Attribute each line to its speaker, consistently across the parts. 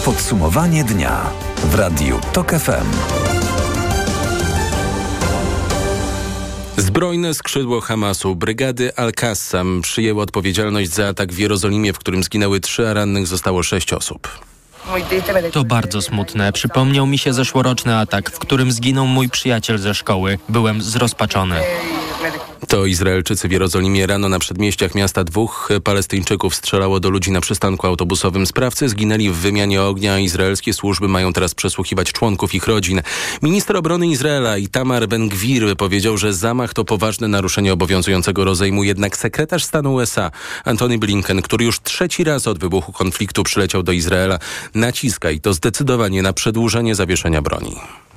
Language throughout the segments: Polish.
Speaker 1: Podsumowanie dnia w Radiu TOK FM.
Speaker 2: Zbrojne skrzydło Hamasu, brygady Al-Qassam, przyjęły odpowiedzialność za atak w Jerozolimie, w którym zginęły 3, a rannych zostało 6 osób.
Speaker 3: To bardzo smutne. Przypomniał mi się zeszłoroczny atak, w którym zginął mój przyjaciel ze szkoły. Byłem zrozpaczony.
Speaker 2: To Izraelczycy w Jerozolimie. Rano na przedmieściach miasta 2 Palestyńczyków strzelało do ludzi na przystanku autobusowym. Sprawcy zginęli w wymianie ognia, a izraelskie służby mają teraz przesłuchiwać członków ich rodzin. Minister obrony Izraela Itamar Ben-Gvir powiedział, że zamach to poważne naruszenie obowiązującego rozejmu. Jednak sekretarz stanu USA Antony Blinken, który już 3. raz od wybuchu konfliktu przyleciał do Izraela, naciska i to zdecydowanie na przedłużenie zawieszenia broni.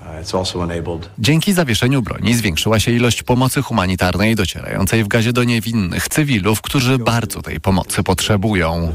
Speaker 4: Dzięki zawieszeniu broni zwiększyła się ilość pomocy humanitarnej docierającej w Gazie do niewinnych cywilów, którzy bardzo tej pomocy potrzebują.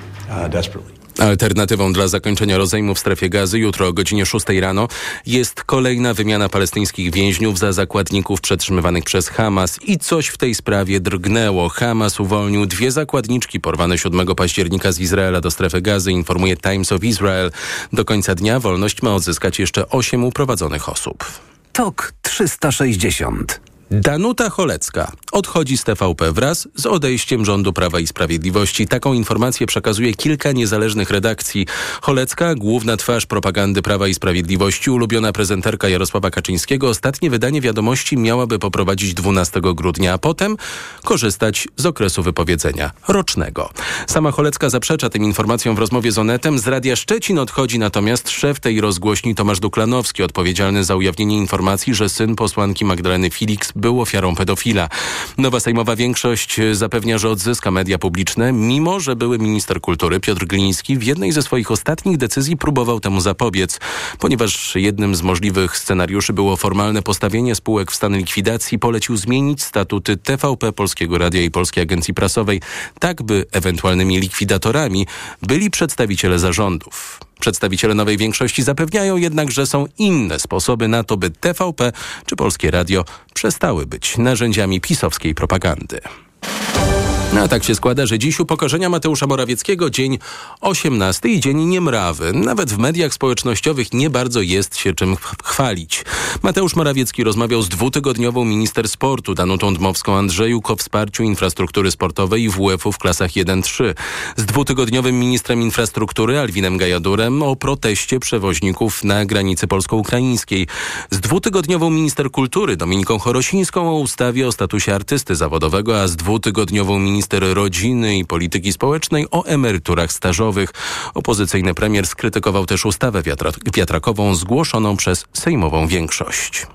Speaker 2: Alternatywą dla zakończenia rozejmu w strefie Gazy jutro o godzinie 6 rano jest kolejna wymiana palestyńskich więźniów za zakładników przetrzymywanych przez Hamas. I coś w tej sprawie drgnęło. Hamas uwolnił 2 zakładniczki porwane 7 października z Izraela do strefy Gazy, informuje Times of Israel. Do końca dnia wolność ma odzyskać jeszcze 8 uprowadzonych osób.
Speaker 1: TOK 360.
Speaker 2: Danuta Cholecka odchodzi z TVP wraz z odejściem rządu Prawa i Sprawiedliwości. Taką informację przekazuje kilka niezależnych redakcji. Cholecka, główna twarz propagandy Prawa i Sprawiedliwości, ulubiona prezenterka Jarosława Kaczyńskiego, ostatnie wydanie Wiadomości miałaby poprowadzić 12 grudnia, a potem korzystać z okresu wypowiedzenia rocznego. Sama Cholecka zaprzecza tym informacjom w rozmowie z Onetem. Z Radia Szczecin odchodzi natomiast szef tej rozgłośni Tomasz Duklanowski, odpowiedzialny za ujawnienie informacji, że syn posłanki Magdaleny Filiks był ofiarą pedofila. Nowa sejmowa większość zapewnia, że odzyska media publiczne, mimo że były minister kultury Piotr Gliński w jednej ze swoich ostatnich decyzji próbował temu zapobiec. Ponieważ jednym z możliwych scenariuszy było formalne postawienie spółek w stan likwidacji, polecił zmienić statuty TVP, Polskiego Radia i Polskiej Agencji Prasowej, tak by ewentualnymi likwidatorami byli przedstawiciele zarządów. Przedstawiciele nowej większości zapewniają jednak, że są inne sposoby na to, by TVP czy Polskie Radio przestały być narzędziami pisowskiej propagandy. A tak się składa, że dziś upokorzenia Mateusza Morawieckiego dzień 18 i dzień niemrawy. Nawet w mediach społecznościowych nie bardzo jest się czym chwalić. Mateusz Morawiecki rozmawiał z 2-tygodniową minister sportu Danutą Dmowską-Andrzejuk o wsparciu infrastruktury sportowej i WF-u w klasach 1-3. Z 2-tygodniowym ministrem infrastruktury Alwinem Gajadurem o proteście przewoźników na granicy polsko-ukraińskiej. Z 2-tygodniową minister kultury Dominiką Chorosińską o ustawie o statusie artysty zawodowego, a z 2-tygodniową minister rodziny i polityki społecznej o emeryturach stażowych. Opozycyjny premier skrytykował też ustawę wiatrakową zgłoszoną przez sejmową większość.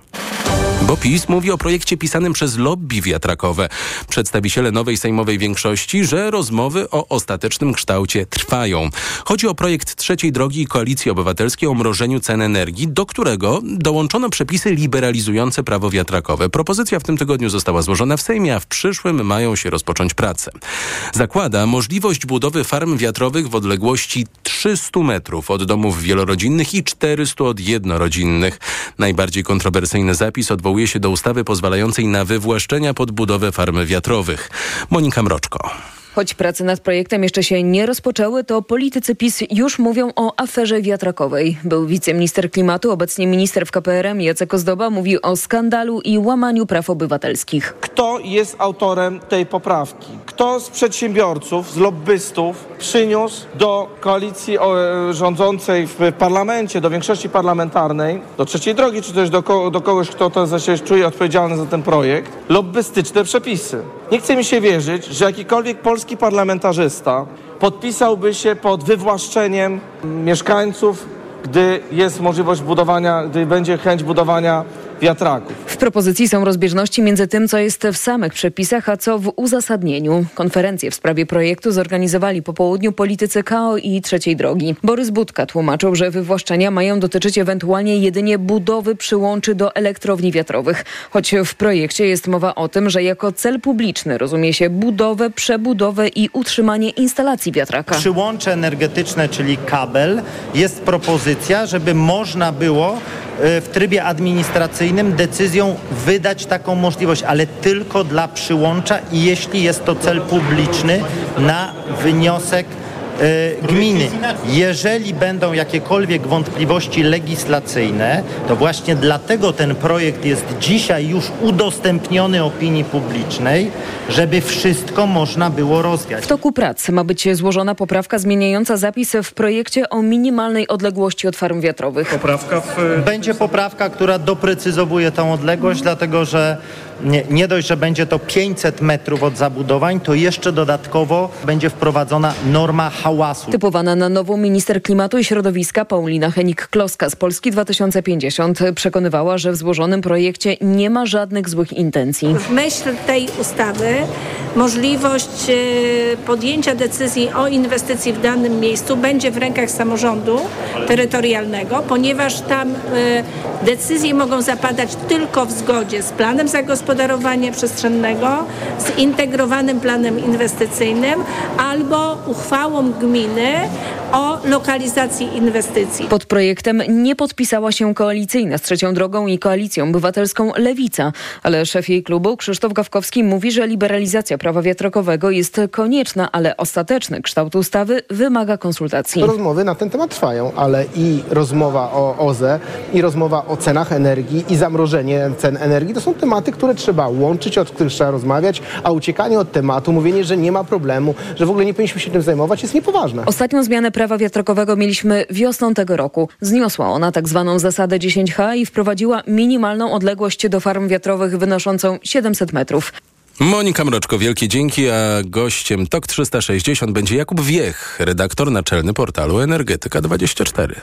Speaker 2: Bo PiS mówi o projekcie pisanym przez lobby wiatrakowe. Przedstawiciele nowej sejmowej większości, że rozmowy o ostatecznym kształcie trwają. Chodzi o projekt Trzeciej Drogi i Koalicji Obywatelskiej o mrożeniu cen energii, do którego dołączono przepisy liberalizujące prawo wiatrakowe. Propozycja w tym tygodniu została złożona w Sejmie, a w przyszłym mają się rozpocząć prace. Zakłada możliwość budowy farm wiatrowych w odległości 300 metrów od domów wielorodzinnych i 400 od jednorodzinnych. Najbardziej kontrowersyjny zapis odwołuje się do ustawy pozwalającej na wywłaszczenia pod budowę farm wiatrowych. Monika Mroczko.
Speaker 5: Choć prace nad projektem jeszcze się nie rozpoczęły, to politycy PiS już mówią o aferze wiatrakowej. Był wiceminister klimatu, obecnie minister w KPRM Jacek Ozdoba mówi o skandalu i łamaniu praw obywatelskich.
Speaker 6: Kto jest autorem tej poprawki? Kto z przedsiębiorców, z lobbystów przyniósł do koalicji rządzącej w parlamencie, do większości parlamentarnej, do Trzeciej Drogi, czy też do kogoś, kto to się czuje odpowiedzialny za ten projekt, lobbystyczne przepisy? Nie chce mi się wierzyć, że jakikolwiek polski parlamentarzysta podpisałby się pod wywłaszczeniem mieszkańców, gdy jest możliwość budowania, gdy będzie chęć budowania wiatraków.
Speaker 5: W propozycji są rozbieżności między tym, co jest w samych przepisach, a co w uzasadnieniu. Konferencję w sprawie projektu zorganizowali po południu politycy KO i Trzeciej Drogi. Borys Budka tłumaczył, że wywłaszczenia mają dotyczyć ewentualnie jedynie budowy przyłączy do elektrowni wiatrowych. Choć w projekcie jest mowa o tym, że jako cel publiczny rozumie się budowę, przebudowę i utrzymanie instalacji wiatraka.
Speaker 7: Przyłącze energetyczne, czyli kabel, jest propozycja, żeby można było w trybie administracyjnym decyzją wydać taką możliwość, ale tylko dla przyłącza i jeśli jest to cel publiczny na wniosek gminy. Jeżeli będą jakiekolwiek wątpliwości legislacyjne, to właśnie dlatego ten projekt jest dzisiaj już udostępniony opinii publicznej, żeby wszystko można było rozwiać.
Speaker 5: W toku prac ma być złożona poprawka zmieniająca zapis w projekcie o minimalnej odległości od farm wiatrowych.
Speaker 7: Będzie poprawka, która doprecyzowuje tą odległość, dlatego że nie dość, że będzie to 500 metrów od zabudowań, to jeszcze dodatkowo będzie wprowadzona norma hałasu.
Speaker 5: Typowana na nowo minister klimatu i środowiska Paulina Henik-Kloska z Polski 2050 przekonywała, że w złożonym projekcie nie ma żadnych złych intencji.
Speaker 8: W myśl tej ustawy możliwość podjęcia decyzji o inwestycji w danym miejscu będzie w rękach samorządu terytorialnego, ponieważ tam decyzje mogą zapadać tylko w zgodzie z planem zagospodarowania przestrzennego, zintegrowanym planem inwestycyjnym albo uchwałą gminy o lokalizacji inwestycji.
Speaker 5: Pod projektem nie podpisała się koalicyjna z Trzecią Drogą i Koalicją Obywatelską Lewica, ale szef jej klubu Krzysztof Gawkowski mówi, że liberalizacja prawa wiatrakowego jest konieczna, ale ostateczny kształt ustawy wymaga konsultacji.
Speaker 9: Rozmowy na ten temat trwają, ale i rozmowa o OZE, i rozmowa o cenach energii, i zamrożenie cen energii to są tematy, które trzeba łączyć, o których trzeba rozmawiać, a uciekanie od tematu, mówienie, że nie ma problemu, że w ogóle nie powinniśmy się tym zajmować, jest niepoważne.
Speaker 5: Ostatnią zmianę prawa wiatrakowego mieliśmy wiosną tego roku. Zniosła ona tak zwaną zasadę 10H i wprowadziła minimalną odległość do farm wiatrowych wynoszącą 700 metrów.
Speaker 2: Monika Mroczko, wielkie dzięki, a gościem TOK 360 będzie Jakub Wiech, redaktor naczelny portalu Energetyka24.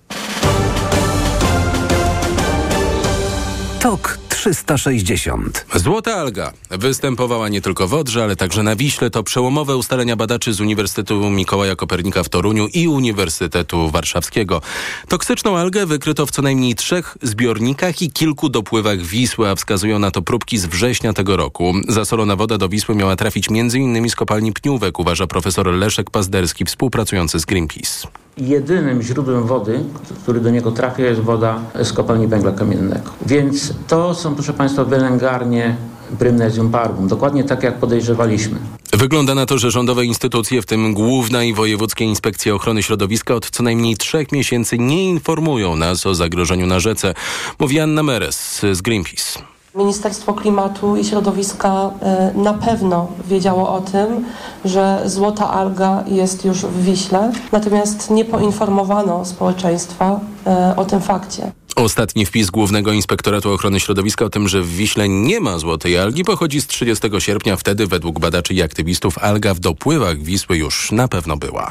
Speaker 1: TOK 360.
Speaker 2: Złota alga występowała nie tylko w Odrze, ale także na Wiśle. To przełomowe ustalenia badaczy z Uniwersytetu Mikołaja Kopernika w Toruniu i Uniwersytetu Warszawskiego. Toksyczną algę wykryto w co najmniej 3 zbiornikach i kilku dopływach Wisły, a wskazują na to próbki z września tego roku. Zasolona woda do Wisły miała trafić m.in. z kopalni Pniówek, uważa profesor Leszek Pazderski, współpracujący z Greenpeace.
Speaker 10: Jedynym źródłem wody, który do niego trafia, jest woda z kopalni węgla kamiennego. Więc to są, proszę Państwa, wylęgarnie Brymnesium Parvum. Dokładnie tak, jak podejrzewaliśmy.
Speaker 2: Wygląda na to, że rządowe instytucje, w tym Główna i Wojewódzkie Inspekcje Ochrony Środowiska, od co najmniej 3 miesięcy nie informują nas o zagrożeniu na rzece, mówi Anna Meres z Greenpeace.
Speaker 11: Ministerstwo Klimatu i Środowiska na pewno wiedziało o tym, że złota alga jest już w Wiśle, natomiast nie poinformowano społeczeństwa o tym fakcie.
Speaker 2: Ostatni wpis Głównego Inspektoratu Ochrony Środowiska o tym, że w Wiśle nie ma złotej algi, pochodzi z 30 sierpnia. Wtedy według badaczy i aktywistów alga w dopływach Wisły już na pewno była.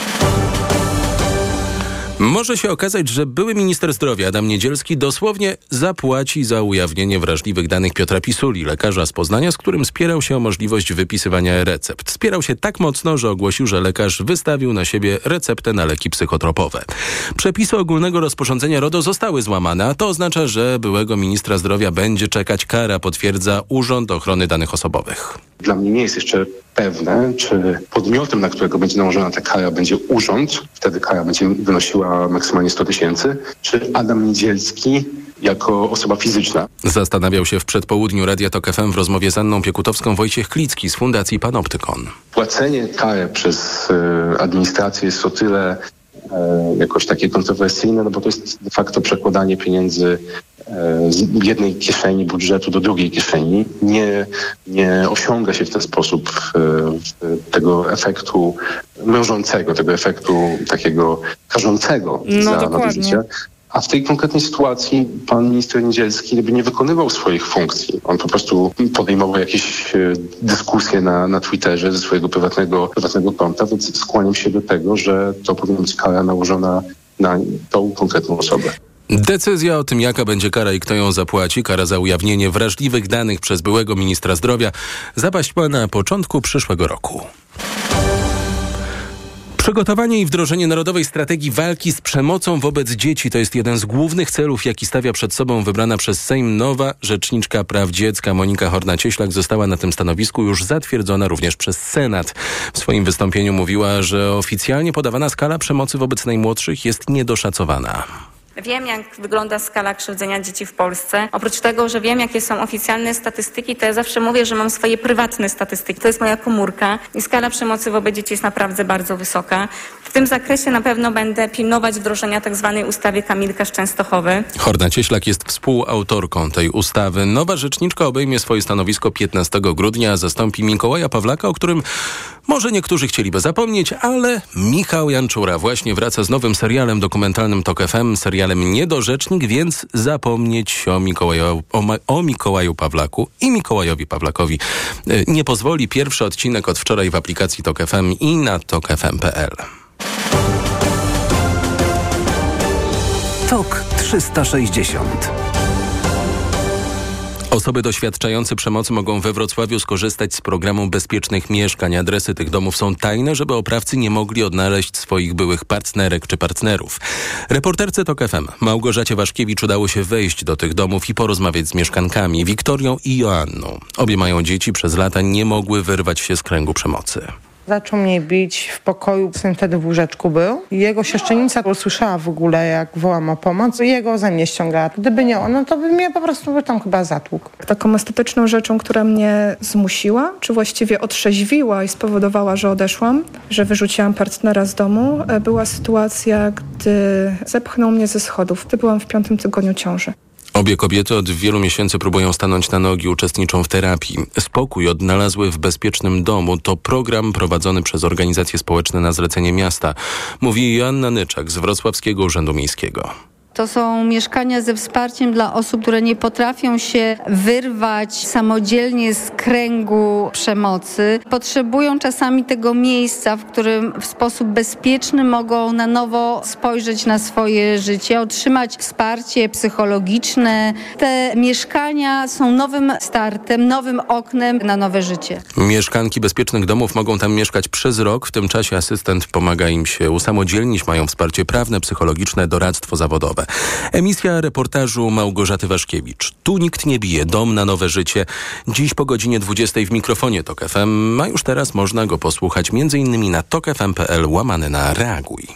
Speaker 2: Może się okazać, że były minister zdrowia Adam Niedzielski dosłownie zapłaci za ujawnienie wrażliwych danych Piotra Pisuli, lekarza z Poznania, z którym spierał się o możliwość wypisywania recept. Spierał się tak mocno, że ogłosił, że lekarz wystawił na siebie receptę na leki psychotropowe. Przepisy ogólnego rozporządzenia RODO zostały złamane, a to oznacza, że byłego ministra zdrowia będzie czekać kara, potwierdza Urząd Ochrony Danych Osobowych.
Speaker 12: Dla mnie nie jest jeszcze pewne, czy podmiotem, na którego będzie nałożona ta kara, będzie urząd, wtedy kara będzie wynosiła maksymalnie 100 000, czy Adam Niedzielski jako osoba fizyczna.
Speaker 2: Zastanawiał się w przedpołudniu Radia TOK FM w rozmowie z Anną Piekutowską Wojciech Klicki z Fundacji Panoptykon.
Speaker 12: Płacenie kary przez administrację jest o tyle jakoś takie kontrowersyjne, no bo to jest de facto przekładanie pieniędzy z jednej kieszeni budżetu do drugiej kieszeni. Nie osiąga się w ten sposób tego efektu mrożącego, tego efektu takiego karzącego za nadużycie. A w tej konkretnej sytuacji pan minister Niedzielski nie wykonywał swoich funkcji. On po prostu podejmował jakieś dyskusje na Twitterze ze swojego prywatnego konta, więc skłaniam się do tego, że to powinna być kara nałożona na tą konkretną osobę.
Speaker 2: Decyzja o tym, jaka będzie kara i kto ją zapłaci, kara za ujawnienie wrażliwych danych przez byłego ministra zdrowia, zapaść ma na początku przyszłego roku. Przygotowanie i wdrożenie Narodowej Strategii Walki z Przemocą wobec Dzieci to jest jeden z głównych celów, jaki stawia przed sobą wybrana przez Sejm nowa rzeczniczka praw dziecka. Monika Horna-Cieślak została na tym stanowisku już zatwierdzona również przez Senat. W swoim wystąpieniu mówiła, że oficjalnie podawana skala przemocy wobec najmłodszych jest niedoszacowana.
Speaker 13: Wiem, jak wygląda skala krzywdzenia dzieci w Polsce. Oprócz tego, że wiem, jakie są oficjalne statystyki, to ja zawsze mówię, że mam swoje prywatne statystyki. To jest moja komórka i skala przemocy wobec dzieci jest naprawdę bardzo wysoka. W tym zakresie na pewno będę pilnować wdrożenia tzw. ustawy Kamilka z Częstochowy.
Speaker 2: Horda Cieślak jest współautorką tej ustawy. Nowa rzeczniczka obejmie swoje stanowisko 15 grudnia, a zastąpi Mikołaja Pawlaka, o którym może niektórzy chcieliby zapomnieć, ale Michał Janczura właśnie wraca z nowym serialem dokumentalnym TOK FM, serialem Niedorzecznik, więc zapomnieć o Mikołaju Pawlaku i Mikołajowi Pawlakowi nie pozwoli. Pierwszy odcinek od wczoraj w aplikacji TOK FM i na tokfm.pl.
Speaker 1: TOK 360.
Speaker 2: Osoby doświadczające przemocy mogą we Wrocławiu skorzystać z programu bezpiecznych mieszkań. Adresy tych domów są tajne, żeby oprawcy nie mogli odnaleźć swoich byłych partnerek czy partnerów. Reporterce TOK FM Małgorzacie Waszkiewicz udało się wejść do tych domów i porozmawiać z mieszkankami Wiktorią i Joanną. Obie mają dzieci, przez lata nie mogły wyrwać się z kręgu przemocy.
Speaker 14: Zaczął mnie bić w pokoju, syn wtedy w łóżeczku był. Jego siostrzenica usłyszała w ogóle, jak wołam o pomoc i jego ze mnie ściągała. Gdyby nie ona, to by mnie po prostu tam chyba zatłukł.
Speaker 15: Taką ostateczną rzeczą, która mnie zmusiła, czy właściwie otrzeźwiła i spowodowała, że odeszłam, że wyrzuciłam partnera z domu, była sytuacja, gdy zepchnął mnie ze schodów. Byłam w 5. tygodniu ciąży.
Speaker 2: Obie kobiety od wielu miesięcy próbują stanąć na nogi, uczestniczą w terapii. Spokój odnalazły w bezpiecznym domu. To program prowadzony przez organizacje społeczne na zlecenie miasta, mówi Joanna Nyczak z Wrocławskiego Urzędu Miejskiego.
Speaker 16: To są mieszkania ze wsparciem dla osób, które nie potrafią się wyrwać samodzielnie z kręgu przemocy. Potrzebują czasami tego miejsca, w którym w sposób bezpieczny mogą na nowo spojrzeć na swoje życie, otrzymać wsparcie psychologiczne. Te mieszkania są nowym startem, nowym oknem na nowe życie.
Speaker 2: Mieszkanki bezpiecznych domów mogą tam mieszkać przez rok. W tym czasie asystent pomaga im się usamodzielnić, mają wsparcie prawne, psychologiczne, doradztwo zawodowe. Emisja reportażu Małgorzaty Waszkiewicz. Tu nikt nie bije, dom na nowe życie. Dziś po godzinie 20 w mikrofonie TOK FM, a już teraz można go posłuchać m.in. na tokfm.pl/reaguj.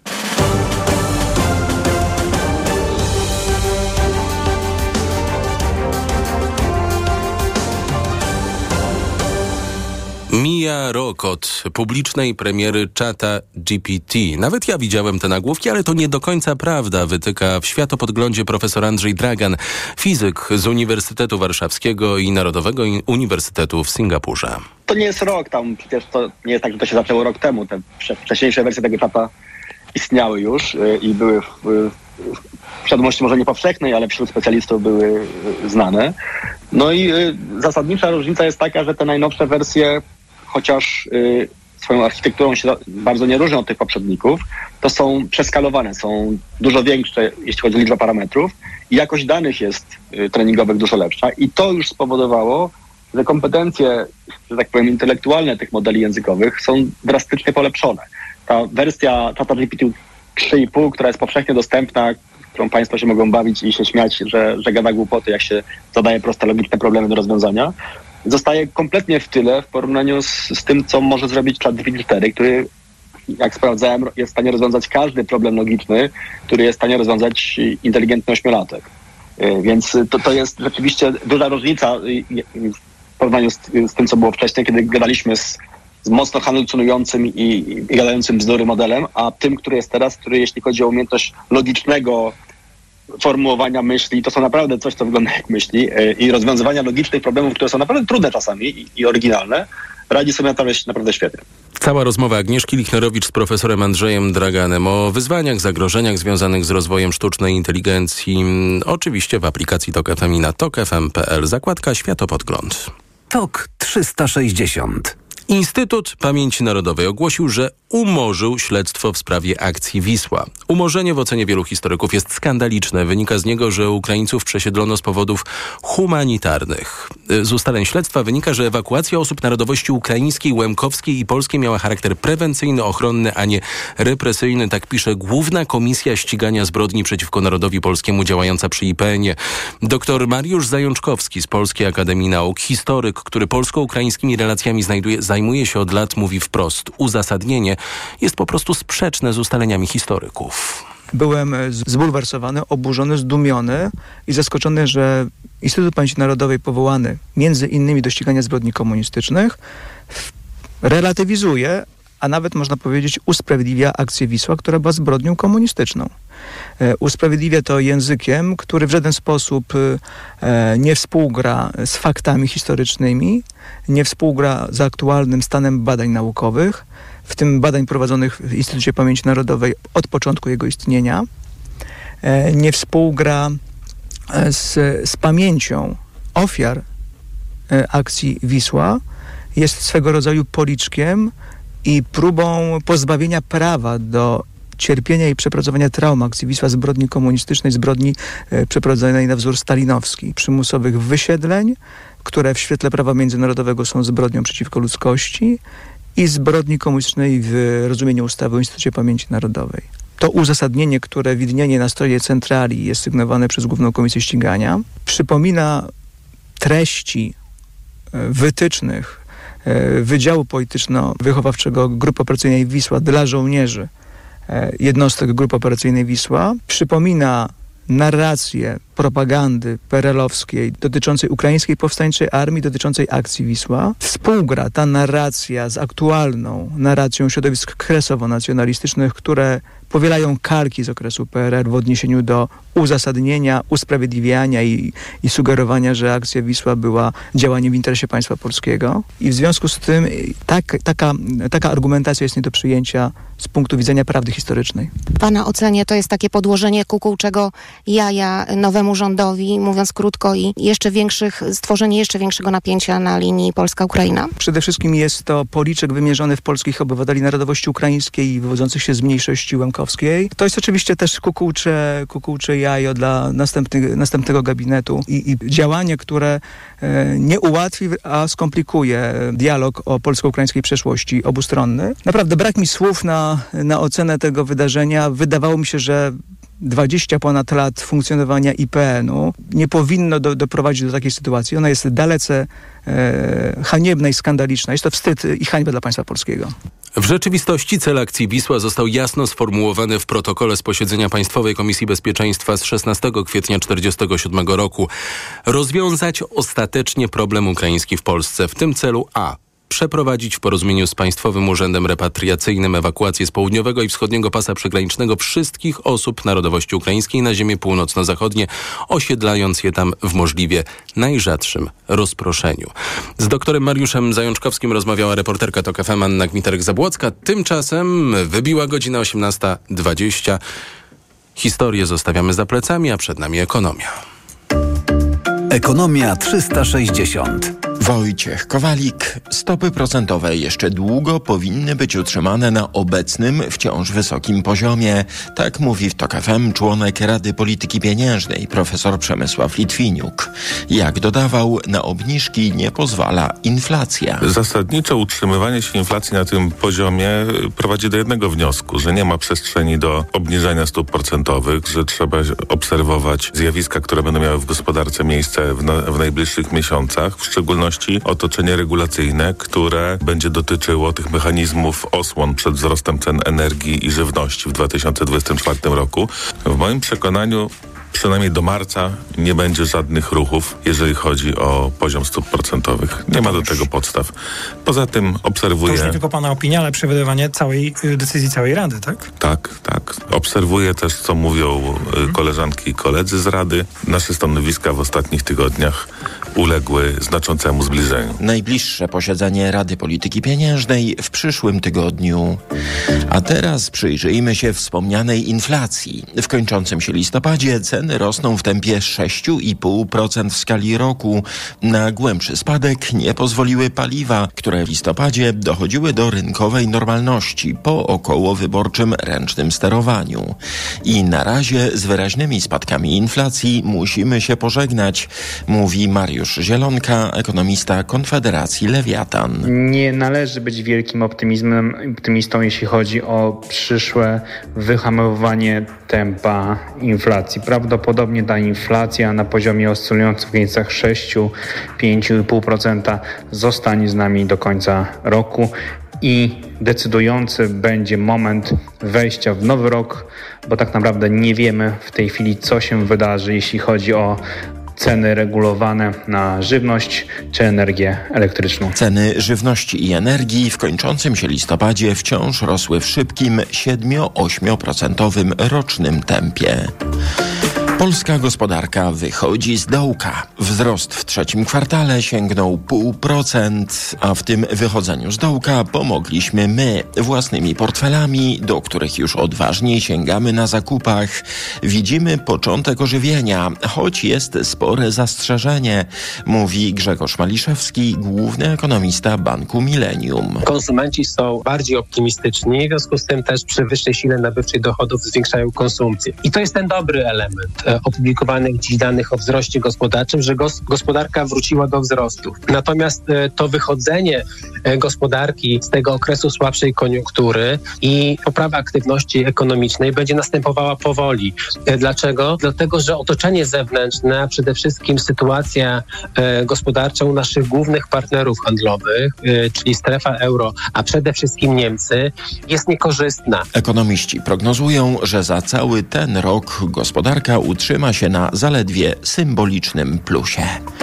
Speaker 2: Mija rok od publicznej premiery czata GPT. Nawet ja widziałem te nagłówki, ale to nie do końca prawda, wytyka w Światopodglądzie profesor Andrzej Dragan, fizyk z Uniwersytetu Warszawskiego i Narodowego Uniwersytetu w Singapurze.
Speaker 17: To nie jest rok, tam przecież to nie jest tak, że to się zaczęło rok temu. Te wcześniejsze wersje tego czata istniały już i były w świadomości może nie powszechnej, ale wśród specjalistów były znane. No i zasadnicza różnica jest taka, że te najnowsze wersje, chociaż swoją architekturą się bardzo nie różnią od tych poprzedników, to są przeskalowane, są dużo większe, jeśli chodzi o liczbę parametrów i jakość danych jest treningowych dużo lepsza i to już spowodowało, że kompetencje, że tak powiem, intelektualne tych modeli językowych są drastycznie polepszone. Ta wersja czata GPT 3,5, która jest powszechnie dostępna, którą państwo się mogą bawić i się śmiać, że gada głupoty, jak się zadaje proste, logiczne problemy do rozwiązania, zostaje kompletnie w tyle w porównaniu z tym, co może zrobić ChatGPT 4, który, jak sprawdzałem, jest w stanie rozwiązać każdy problem logiczny, który jest w stanie rozwiązać inteligentny ośmiolatek. Więc to jest rzeczywiście duża różnica w porównaniu z tym, co było wcześniej, kiedy gadaliśmy z mocno halucynującym i gadającym bzdury modelem, a tym, który jest teraz, który jeśli chodzi o umiejętność logicznego formułowania myśli, to są naprawdę coś, co wygląda jak myśli i rozwiązywania logicznych problemów, które są naprawdę trudne czasami i oryginalne, radzi sobie naprawdę świetnie.
Speaker 2: Cała rozmowa Agnieszki Lichnerowicz z profesorem Andrzejem Draganem o wyzwaniach, zagrożeniach związanych z rozwojem sztucznej inteligencji. Oczywiście w aplikacji TOK FM i na tokfm.pl, zakładka Światopodgląd.
Speaker 1: TOK 360.
Speaker 2: Instytut Pamięci Narodowej ogłosił, że umorzył śledztwo w sprawie akcji Wisła. Umorzenie w ocenie wielu historyków jest skandaliczne. Wynika z niego, że Ukraińców przesiedlono z powodów humanitarnych. Z ustaleń śledztwa wynika, że ewakuacja osób narodowości ukraińskiej, łemkowskiej i polskiej miała charakter prewencyjny, ochronny, a nie represyjny. Tak pisze Główna Komisja Ścigania Zbrodni przeciwko Narodowi Polskiemu działająca przy IPN-ie. Dr Mariusz Zajączkowski z Polskiej Akademii Nauk, historyk, który polsko-ukraińskimi relacjami zajmuje się od lat, mówi wprost: uzasadnienie jest po prostu sprzeczne z ustaleniami historyków.
Speaker 18: Byłem zbulwersowany, oburzony, zdumiony i zaskoczony, że Instytut Pamięci Narodowej powołany między innymi do ścigania zbrodni komunistycznych relatywizuje, a nawet można powiedzieć usprawiedliwia akcję Wisła, która była zbrodnią komunistyczną. Usprawiedliwia to językiem, który w żaden sposób nie współgra z faktami historycznymi, nie współgra z aktualnym stanem badań naukowych, w tym badań prowadzonych w Instytucie Pamięci Narodowej od początku jego istnienia, nie współgra z pamięcią ofiar akcji Wisła, jest swego rodzaju policzkiem i próbą pozbawienia prawa do cierpienia i przepracowania traum akcji Wisła, zbrodni komunistycznej, zbrodni przeprowadzonej na wzór stalinowski, przymusowych wysiedleń, które w świetle prawa międzynarodowego są zbrodnią przeciwko ludzkości, i zbrodni komunistycznej w rozumieniu ustawy o Instytucie Pamięci Narodowej. To uzasadnienie, które widnieje na stronie centrali, jest sygnowane przez Główną Komisję Ścigania, przypomina treści wytycznych Wydziału Polityczno-Wychowawczego Grupy Operacyjnej Wisła dla żołnierzy jednostek Grupy Operacyjnej Wisła. Przypomina narrację propagandy PRL-owskiej dotyczącej ukraińskiej powstańczej armii, dotyczącej akcji Wisła. Współgra ta narracja z aktualną narracją środowisk kresowo-nacjonalistycznych, które powielają kalki z okresu PRL w odniesieniu do uzasadnienia, usprawiedliwiania i sugerowania, że akcja Wisła była działaniem w interesie państwa polskiego. I w związku z tym taka argumentacja jest nie do przyjęcia z punktu widzenia prawdy historycznej.
Speaker 19: W pana ocenie to jest takie podłożenie kukułczego jaja nowemu rządowi, mówiąc krótko, i stworzenie jeszcze większego napięcia na linii Polska-Ukraina?
Speaker 18: Przede wszystkim jest to policzek wymierzony w polskich obywateli narodowości ukraińskiej wywodzących się z mniejszości łemkowskiej. To jest oczywiście też kukułcze jajo dla następnego gabinetu i działanie, które nie ułatwi, a skomplikuje dialog o polsko-ukraińskiej przeszłości obustronny. Naprawdę brak mi słów na ocenę tego wydarzenia. Wydawało mi się, że 20 ponad lat funkcjonowania IPN-u nie powinno doprowadzić do takiej sytuacji. Ona jest dalece haniebna i skandaliczna. Jest to wstyd i hańba dla państwa polskiego.
Speaker 2: W rzeczywistości cel akcji Wisła został jasno sformułowany w protokole z posiedzenia Państwowej Komisji Bezpieczeństwa z 16 kwietnia 1947 roku. Rozwiązać ostatecznie problem ukraiński w Polsce. W tym celu przeprowadzić w porozumieniu z Państwowym Urzędem Repatriacyjnym ewakuację z południowego i wschodniego pasa przygranicznego wszystkich osób narodowości ukraińskiej na ziemię północno-zachodnie, osiedlając je tam w możliwie najrzadszym rozproszeniu. Z doktorem Mariuszem Zajączkowskim rozmawiała reporterka TOK FM Anna Gmiterek-Zabłocka. Tymczasem wybiła godzina 18:20. Historię zostawiamy za plecami, a przed nami ekonomia.
Speaker 1: Ekonomia 360.
Speaker 20: Wojciech Kowalik. Stopy procentowe jeszcze długo powinny być utrzymane na obecnym, wciąż wysokim poziomie. Tak mówi w TOK FM członek Rady Polityki Pieniężnej profesor Przemysław Litwiniuk. Jak dodawał, na obniżki nie pozwala inflacja.
Speaker 21: Zasadniczo utrzymywanie się inflacji na tym poziomie prowadzi do jednego wniosku, że nie ma przestrzeni do obniżania stóp procentowych, że trzeba obserwować zjawiska, które będą miały w gospodarce miejsce w najbliższych miesiącach, w szczególności otoczenie regulacyjne, które będzie dotyczyło tych mechanizmów osłon przed wzrostem cen energii i żywności w 2024 roku. W moim przekonaniu przynajmniej do marca nie będzie żadnych ruchów, jeżeli chodzi o poziom stóp procentowych. Nie ma do tego podstaw. Poza tym obserwuję...
Speaker 22: To już nie tylko pana opinia, ale przewidywanie decyzji całej Rady, tak?
Speaker 21: Tak. Obserwuję też, co mówią koleżanki i koledzy z Rady. Nasze stanowiska w ostatnich tygodniach uległy znaczącemu zbliżeniu.
Speaker 20: Najbliższe posiedzenie Rady Polityki Pieniężnej w przyszłym tygodniu. A teraz przyjrzyjmy się wspomnianej inflacji. W kończącym się listopadzie ceny rosną w tempie 6,5% w skali roku. Na głębszy spadek nie pozwoliły paliwa, które w listopadzie dochodziły do rynkowej normalności po okołowyborczym ręcznym sterowaniu. I na razie z wyraźnymi spadkami inflacji musimy się pożegnać, mówi Mariusz Zielonka, ekonomista Konfederacji Lewiatan.
Speaker 23: Nie należy być wielkim optymistą, jeśli chodzi o przyszłe wyhamowanie tempa inflacji. Prawdopodobnie ta inflacja na poziomie oscylującym w granicach 6-5,5% zostanie z nami do końca roku. i decydujący będzie moment wejścia w nowy rok, bo tak naprawdę nie wiemy w tej chwili, co się wydarzy, jeśli chodzi o ceny regulowane na żywność czy energię elektryczną.
Speaker 20: Ceny żywności i energii w kończącym się listopadzie wciąż rosły w szybkim 7-8% rocznym tempie. Polska gospodarka wychodzi z dołka. Wzrost w trzecim kwartale sięgnął 0,5%, a w tym wychodzeniu z dołka pomogliśmy my własnymi portfelami, do których już odważniej sięgamy na zakupach. Widzimy początek ożywienia, choć jest spore zastrzeżenie, mówi Grzegorz Maliszewski, główny ekonomista Banku Millennium.
Speaker 3: Konsumenci są bardziej optymistyczni, w związku z tym też przy wyższej sile nabywczej dochodów zwiększają konsumpcję. I to jest ten dobry element opublikowanych dziś danych o wzroście gospodarczym, że gospodarka wróciła do wzrostu. Natomiast to wychodzenie gospodarki z tego okresu słabszej koniunktury i poprawa aktywności ekonomicznej będzie następowała powoli. Dlaczego? Dlatego, że otoczenie zewnętrzne, a przede wszystkim sytuacja gospodarcza u naszych głównych partnerów handlowych, czyli strefa euro, a przede wszystkim Niemcy, jest niekorzystna.
Speaker 20: Ekonomiści prognozują, że za cały ten rok gospodarka utrzyma się na zaledwie symbolicznym plusie.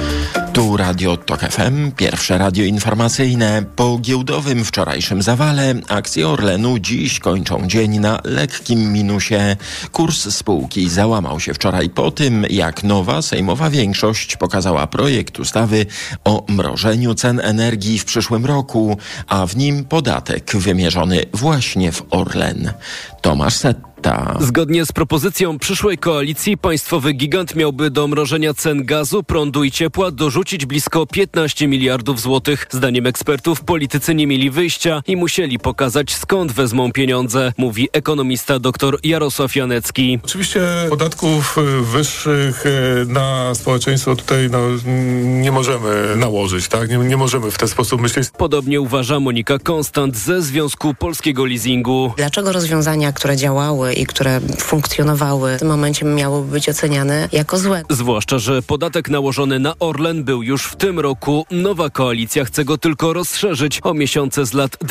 Speaker 20: Tu Radio TOK FM, pierwsze radio informacyjne. Po giełdowym wczorajszym zawale akcje Orlenu dziś kończą dzień na lekkim minusie. Kurs spółki załamał się wczoraj po tym, jak nowa sejmowa większość pokazała projekt ustawy o mrożeniu cen energii w przyszłym roku, a w nim podatek wymierzony właśnie w Orlen. Tomasz Setta.
Speaker 4: Zgodnie z propozycją przyszłej koalicji państwowy gigant miałby do mrożenia cen gazu, prądu i ciepła dorzucić blisko 15 miliardów złotych. Zdaniem ekspertów politycy nie mieli wyjścia i musieli pokazać, skąd wezmą pieniądze, mówi ekonomista dr Jarosław Janecki.
Speaker 6: Oczywiście podatków wyższych na społeczeństwo tutaj nie możemy nałożyć, tak? Nie możemy w ten sposób myśleć.
Speaker 4: Podobnie uważa Monika Konstant ze Związku Polskiego Leasingu.
Speaker 24: Dlaczego rozwiązania, które działały i które funkcjonowały w tym momencie miałyby być oceniane jako złe?
Speaker 4: Zwłaszcza, że podatek nałożony na Orlen był już w tym roku. Nowa koalicja chce go tylko rozszerzyć o miesiące z lat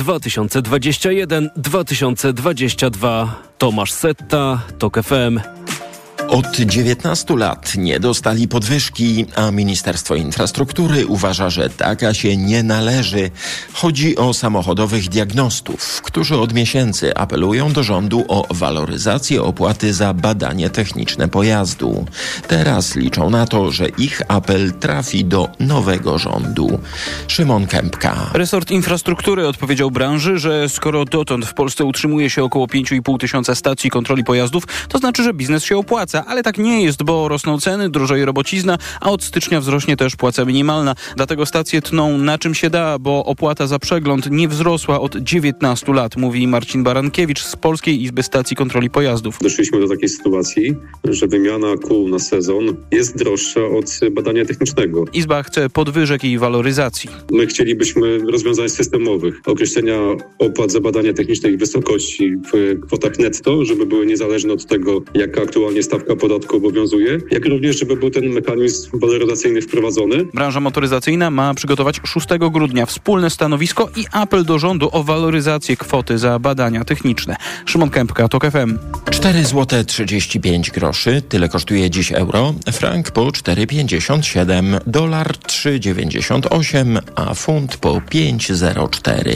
Speaker 4: 2021-2022. Tomasz Setta, TOK FM.
Speaker 20: Od 19 lat nie dostali podwyżki, a Ministerstwo Infrastruktury uważa, że taka się nie należy. Chodzi o samochodowych diagnostów, którzy od miesięcy apelują do rządu o waloryzację opłaty za badanie techniczne pojazdu. Teraz liczą na to, że ich apel trafi do nowego rządu. Szymon Kępka.
Speaker 25: Resort Infrastruktury odpowiedział branży, że skoro dotąd w Polsce utrzymuje się około 5,5 tysiąca stacji kontroli pojazdów, to znaczy, że biznes się opłaca. Ale tak nie jest, bo rosną ceny, drożeje robocizna, a od stycznia wzrośnie też płaca minimalna. Dlatego stacje tną na czym się da, bo opłata za przegląd nie wzrosła od 19 lat, mówi Marcin Barankiewicz z Polskiej Izby Stacji Kontroli Pojazdów.
Speaker 26: Doszliśmy do takiej sytuacji, że wymiana kół na sezon jest droższa od badania technicznego.
Speaker 25: Izba chce podwyżek i waloryzacji.
Speaker 26: My chcielibyśmy rozwiązań systemowych, określenia opłat za badania techniczne i wysokości w kwotach netto, żeby były niezależne od tego, jaka aktualnie stawka podatku obowiązuje, jak również, żeby był ten mechanizm waloryzacyjny wprowadzony.
Speaker 25: Branża motoryzacyjna ma przygotować 6 grudnia wspólne stanowisko i apel do rządu o waloryzację kwoty za badania techniczne. Szymon Kępka, TOK FM.
Speaker 20: 4,35 zł, tyle kosztuje dziś euro, frank po 4,57, dolar 3,98, a funt po 5,04.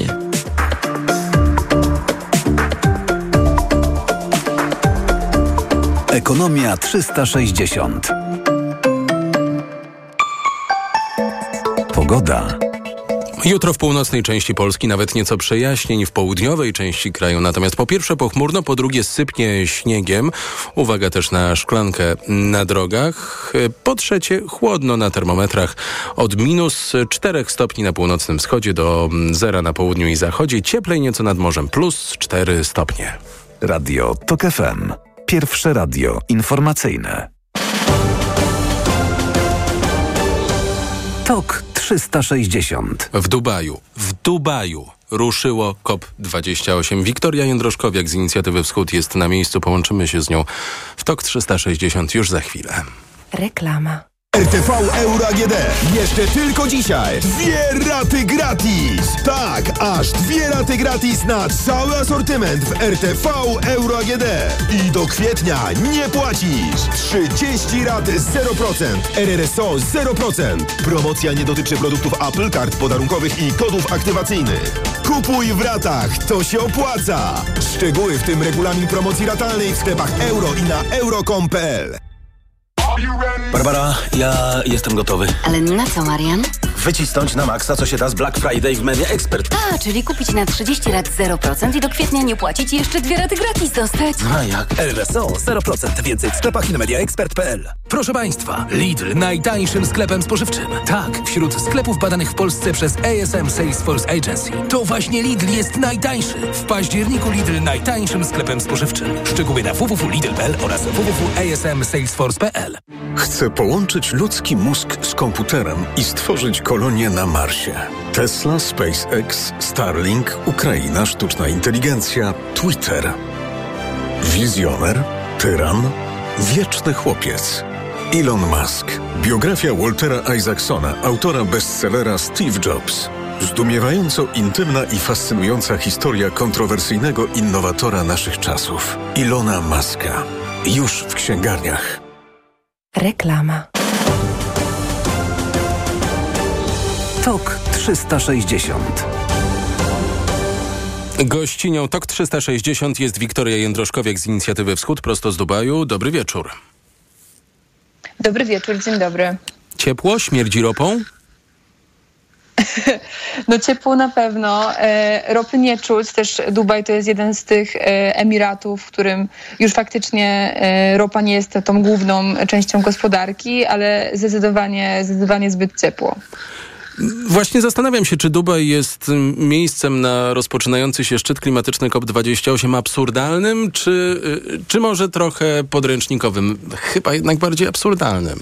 Speaker 1: Ekonomia 360. Pogoda.
Speaker 2: Jutro w północnej części Polski nawet nieco przejaśnień, w południowej części kraju natomiast po pierwsze pochmurno, po drugie sypnie śniegiem. Uwaga też na szklankę na drogach. Po trzecie chłodno na termometrach od -4 stopni na północnym wschodzie do 0 na południu i zachodzie. Cieplej nieco nad morzem, +4 stopnie.
Speaker 1: Radio TOK FM. Pierwsze radio informacyjne. TOK 360.
Speaker 2: W Dubaju ruszyło COP28. Wiktoria Jędroszkowiak z Inicjatywy Wschód jest na miejscu. Połączymy się z nią w TOK 360 już za chwilę.
Speaker 27: Reklama.
Speaker 5: RTV Euro AGD. Jeszcze tylko dzisiaj. 2 raty gratis. Tak, aż 2 raty gratis na cały asortyment w RTV Euro AGD. I do kwietnia nie płacisz. 30 rat 0%. RRSO 0%. Promocja nie dotyczy produktów Apple, kart podarunkowych i kodów aktywacyjnych. Kupuj w ratach. To się opłaca. Szczegóły, w tym regulamin promocji ratalnej w sklepach euro i na euro.com.pl.
Speaker 7: Barbara, ja jestem gotowy.
Speaker 8: Ale na co, Marian?
Speaker 7: Wycisnąć na maksa, co się da z Black Friday w Media Expert.
Speaker 8: A, czyli kupić na 30 rat 0% i do kwietnia nie płacić i jeszcze 2 raty gratis dostać.
Speaker 7: A jak?
Speaker 1: RSO 0%. Więcej w sklepach i na mediaexpert.pl. Proszę Państwa, Lidl najtańszym sklepem spożywczym. Tak, wśród sklepów badanych w Polsce przez ASM Salesforce Agency. To właśnie Lidl jest najtańszy. W październiku Lidl najtańszym sklepem spożywczym. Szczegóły na www.lidl.pl oraz www.asmsalesforce.pl.
Speaker 9: Chcę połączyć ludzki mózg z komputerem i stworzyć kolonię na Marsie. Tesla, SpaceX, Starlink, Ukraina, sztuczna inteligencja, Twitter. Wizjoner, tyran, wieczny chłopiec. Elon Musk. Biografia Waltera Isaacsona, autora bestsellera Steve Jobs. Zdumiewająco intymna i fascynująca historia kontrowersyjnego innowatora naszych czasów. Elona Muska. Już w księgarniach.
Speaker 8: Reklama.
Speaker 1: TOK 360.
Speaker 2: Gościnią TOK 360 jest Wiktoria Jędroszkowiak z Inicjatywy Wschód, prosto z Dubaju. Dobry wieczór.
Speaker 10: Dobry wieczór, dzień dobry.
Speaker 2: Ciepło? Śmierdzi ropą?
Speaker 10: No ciepło na pewno. Ropy nie czuć. Też Dubaj to jest jeden z tych emiratów, w którym już faktycznie ropa nie jest tą główną częścią gospodarki, ale zdecydowanie zbyt ciepło.
Speaker 2: Właśnie zastanawiam się, czy Dubaj jest miejscem na rozpoczynający się szczyt klimatyczny COP28 absurdalnym, czy może trochę podręcznikowym? Chyba jednak bardziej absurdalnym.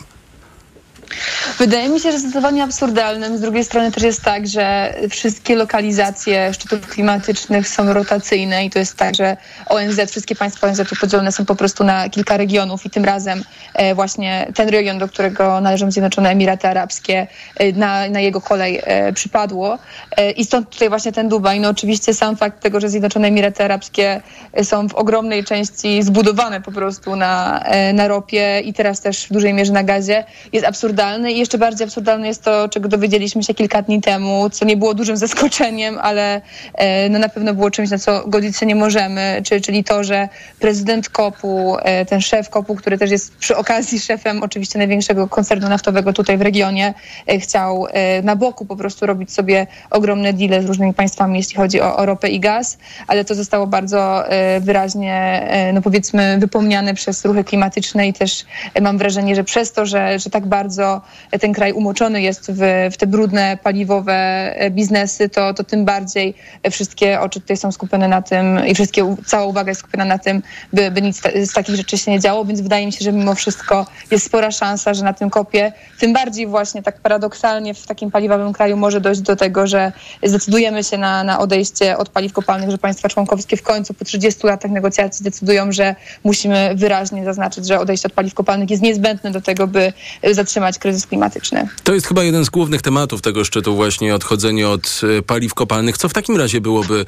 Speaker 10: Wydaje mi się, że zdecydowanie absurdalnym. Z drugiej strony też jest tak, że wszystkie lokalizacje szczytów klimatycznych są rotacyjne i to jest tak, że ONZ, wszystkie państwa ONZ podzielone są po prostu na kilka regionów i tym razem właśnie ten region, do którego należą Zjednoczone Emiraty Arabskie, na jego kolej przypadło. I stąd tutaj właśnie ten Dubaj. No oczywiście sam fakt tego, że Zjednoczone Emiraty Arabskie są w ogromnej części zbudowane po prostu na ropie i teraz też w dużej mierze na gazie, jest absurdalny. I jeszcze bardziej absurdalne jest to, czego dowiedzieliśmy się kilka dni temu, co nie było dużym zaskoczeniem, ale no na pewno było czymś, na co godzić się nie możemy, czyli to, że prezydent KOP-u, ten szef KOP-u, który też jest przy okazji szefem oczywiście największego koncernu naftowego tutaj w regionie, chciał na boku po prostu robić sobie ogromne deale z różnymi państwami, jeśli chodzi o ropę i gaz, ale to zostało bardzo wyraźnie, no powiedzmy, wypomniane przez ruchy klimatyczne i też mam wrażenie, że przez to, że tak bardzo ten kraj umoczony jest w te brudne, paliwowe biznesy, to tym bardziej wszystkie oczy tutaj są skupione na tym i cała uwaga jest skupiona na tym, by nic z takich rzeczy się nie działo, więc wydaje mi się, że mimo wszystko jest spora szansa, że na tym kopie, tym bardziej właśnie tak paradoksalnie w takim paliwowym kraju może dojść do tego, że zdecydujemy się na odejście od paliw kopalnych, że państwa członkowskie w końcu po 30 latach negocjacji zdecydują, że musimy wyraźnie zaznaczyć, że odejście od paliw kopalnych jest niezbędne do tego, by zatrzymać kryzys klimatyczny. To jest chyba jeden z głównych tematów tego szczytu, właśnie odchodzenie od paliw kopalnych. Co w takim razie byłoby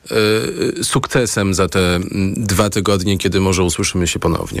Speaker 10: sukcesem za te 2 tygodnie, kiedy może usłyszymy się ponownie?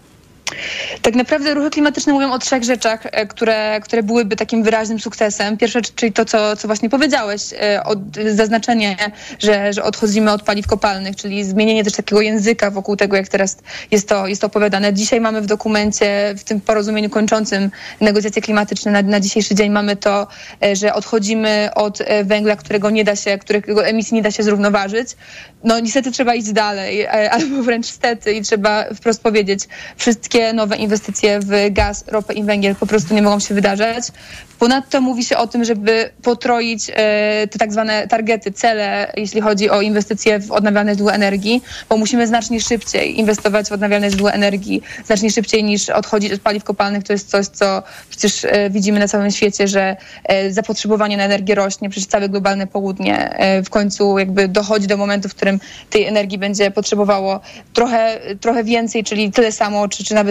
Speaker 10: Tak naprawdę ruchy klimatyczne mówią o 3 rzeczach, które byłyby takim wyraźnym sukcesem. Pierwsza, czyli to, co właśnie powiedziałeś, zaznaczenie, że odchodzimy od paliw kopalnych, czyli zmienienie też takiego języka wokół tego, jak teraz jest to opowiadane. Dzisiaj mamy w dokumencie, w tym porozumieniu kończącym negocjacje klimatyczne na dzisiejszy dzień mamy to, że odchodzimy od węgla, którego emisji nie da się zrównoważyć. No niestety trzeba iść dalej, albo wręcz stety i trzeba wprost powiedzieć, wszystkie nowe inwestycje w gaz, ropę i węgiel po prostu nie mogą się wydarzać. Ponadto mówi się o tym, żeby potroić te tak zwane targety, cele, jeśli chodzi o inwestycje w odnawialne źródła energii, bo musimy znacznie szybciej inwestować w odnawialne źródła energii, znacznie szybciej niż odchodzić od paliw kopalnych. To jest coś, co przecież widzimy na całym świecie, że zapotrzebowanie na energię rośnie, przecież całe globalne południe w końcu jakby dochodzi do momentu, w którym tej energii będzie potrzebowało trochę więcej, czyli tyle samo, czy nawet wciąż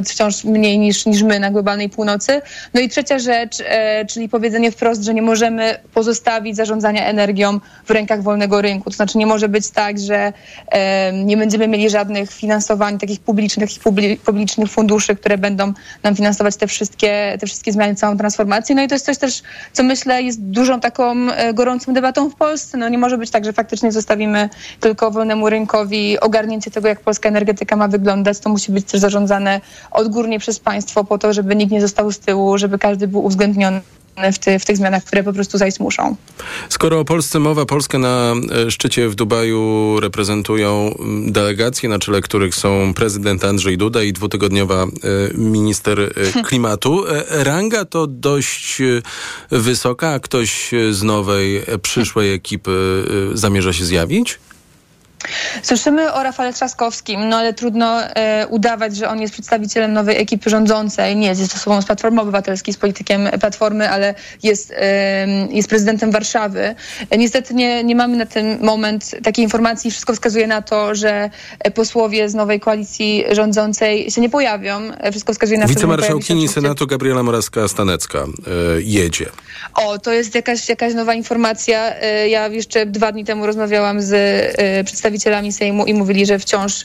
Speaker 10: mniej niż my na globalnej północy. No i trzecia rzecz, czyli powiedzenie wprost, że nie możemy pozostawić zarządzania energią w rękach wolnego rynku. To znaczy nie może być tak, że nie będziemy mieli żadnych finansowań takich publicznych funduszy, które będą nam finansować te wszystkie zmiany, całą transformację. No i to jest coś też, co myślę jest dużą taką gorącą debatą w Polsce. No nie może być tak, że faktycznie zostawimy tylko wolnemu rynkowi ogarnięcie tego, jak polska energetyka ma wyglądać. To musi być też zarządzane odgórnie przez państwo po to, żeby nikt nie został z tyłu, żeby każdy był uwzględniony w tych zmianach, które po prostu zajść muszą.
Speaker 2: Skoro o Polsce mowa, Polskę na szczycie w Dubaju reprezentują delegacje, na czele których są prezydent Andrzej Duda i 2-tygodniowa minister klimatu. Ranga to dość wysoka, a ktoś z nowej, przyszłej ekipy zamierza się zjawić?
Speaker 10: Słyszymy o Rafale Trzaskowskim, no ale trudno udawać, że on jest przedstawicielem nowej ekipy rządzącej. Nie jest osobą z Platformy Obywatelskiej, z politykiem Platformy, ale jest prezydentem Warszawy. Niestety nie mamy na ten moment takiej informacji. Wszystko wskazuje na to, że posłowie z nowej koalicji rządzącej się nie pojawią. Wszystko wskazuje na to, że
Speaker 2: wicemarszałkini Senatu Gabriela Morawska-Stanecka jedzie.
Speaker 10: O, to jest jakaś nowa informacja. Ja jeszcze 2 dni temu rozmawiałam z przedstawicielami Sejmu i mówili, że wciąż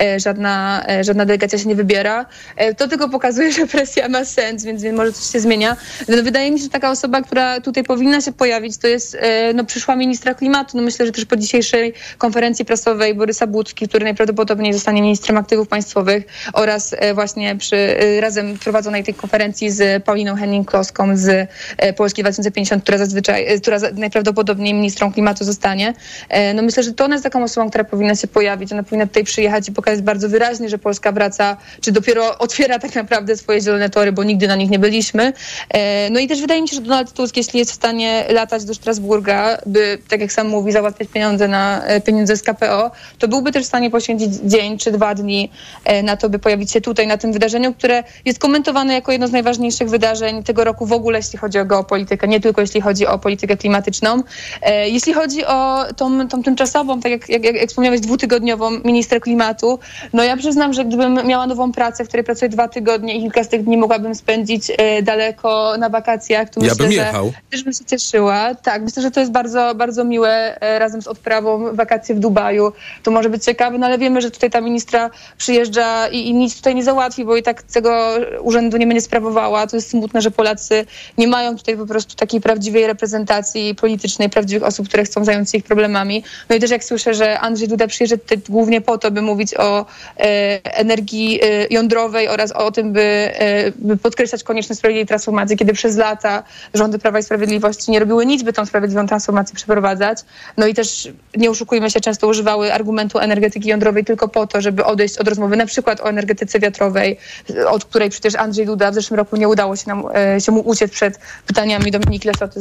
Speaker 10: żadna delegacja się nie wybiera. To tylko pokazuje, że presja ma sens, więc może coś się zmienia. No, wydaje mi się, że taka osoba, która tutaj powinna się pojawić, to jest przyszła ministra klimatu. No, myślę, że też po dzisiejszej konferencji prasowej Borysa Budki, który najprawdopodobniej zostanie ministrem aktywów państwowych oraz właśnie przy razem prowadzonej tej konferencji z Pauliną Henning-Kloską z Polski 2050, która najprawdopodobniej ministrą klimatu zostanie. No myślę, że to ona jest taką osobą, która powinna się pojawić. Ona powinna tutaj przyjechać i pokazać bardzo wyraźnie, że Polska wraca, czy dopiero otwiera tak naprawdę swoje zielone tory, bo nigdy na nich nie byliśmy. No i też wydaje mi się, że Donald Tusk, jeśli jest w stanie latać do Strasburga, by, tak jak sam mówi, załatwiać pieniądze z KPO, to byłby też w stanie poświęcić dzień czy 2 dni na to, by pojawić się tutaj na tym wydarzeniu, które jest komentowane jako jedno z najważniejszych wydarzeń tego roku w ogóle, jeśli chodzi o geopolitykę, nie tylko jeśli chodzi o politykę klimatyczną. Jeśli chodzi o tą tymczasową, tak jak wspomniałeś, 2-tygodniową minister klimatu, no ja przyznam, że gdybym miała nową pracę, w której pracuję 2 tygodnie i kilka z tych dni mogłabym spędzić daleko na wakacjach, to myślę, że też bym się cieszyła. Tak, myślę, że to jest bardzo, bardzo miłe razem z odprawą wakacje w Dubaju. To może być ciekawe, no ale wiemy, że tutaj ta ministra przyjeżdża i nic tutaj nie załatwi, bo i tak tego urzędu nie będzie sprawowała. To jest smutne, że Polacy nie mają tutaj po prostu takiej prawdziwej reprezentacji politycznej, prawdziwych osób, które chcą zająć się ich problemami. No i też jak słyszę, że Andrzej Duda przyjeżdża tutaj głównie po to, by mówić o energii jądrowej oraz o tym, by podkreślać konieczność sprawiedliwej transformacji, kiedy przez lata rządy Prawa i Sprawiedliwości nie robiły nic, by tą sprawiedliwą transformację przeprowadzać. No i też, nie oszukujmy się, często używały argumentu energetyki jądrowej tylko po to, żeby odejść od rozmowy na przykład o energetyce wiatrowej, od której przecież Andrzej Duda w zeszłym roku nie udało się mu uciec przed pytaniami Dominiki Lesoty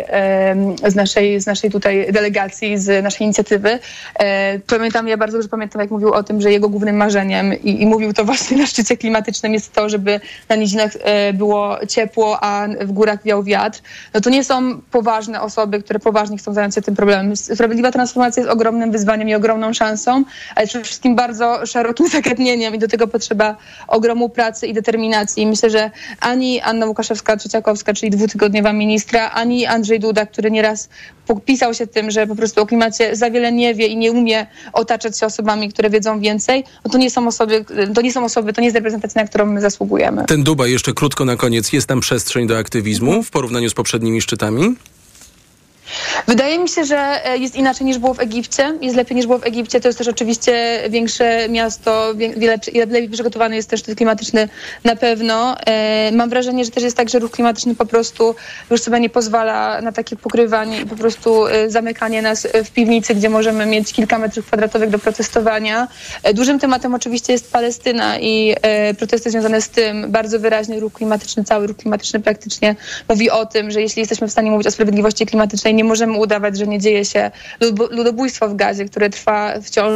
Speaker 10: z naszej tutaj delegacji, z naszej inicjatywy. Ja bardzo dobrze pamiętam, jak mówił o tym, że jego głównym marzeniem i mówił to właśnie na szczycie klimatycznym jest to, żeby na nizinach było ciepło, a w górach wiał wiatr. No to nie są poważne osoby, które poważnie chcą zająć się tym problemem. Sprawiedliwa transformacja jest ogromnym wyzwaniem i ogromną szansą, ale przede wszystkim bardzo szerokim zagadnieniem i do tego potrzeba ogromu pracy i determinacji. I myślę, że ani Anna Łukaszewska-Trzeciakowska, czyli 2-tygodniowa ministra, ani Andrzej Duda, który nieraz podpisał się tym, że po prostu o klimacie za wiele nie wie i nie umie otaczać się osobami, które wiedzą więcej, no to nie jest reprezentacja, na którą my zasługujemy.
Speaker 2: Ten Dubaj, jeszcze krótko na koniec, jest tam przestrzeń do aktywizmu w porównaniu z poprzednimi szczytami?
Speaker 10: Wydaje mi się, że jest inaczej niż było w Egipcie. Jest lepiej niż było w Egipcie. To jest też oczywiście większe miasto, lepiej przygotowany jest też szczyt klimatyczny na pewno. Mam wrażenie, że też jest tak, że ruch klimatyczny po prostu już sobie nie pozwala na takie pokrywanie i po prostu zamykanie nas w piwnicy, gdzie możemy mieć kilka metrów kwadratowych do protestowania. Dużym tematem oczywiście jest Palestyna i protesty związane z tym. Bardzo wyraźnie ruch klimatyczny, cały ruch klimatyczny praktycznie mówi o tym, że jeśli jesteśmy w stanie mówić o sprawiedliwości klimatycznej, nie możemy udawać, że nie dzieje się ludobójstwo w Gazie, które trwa wciąż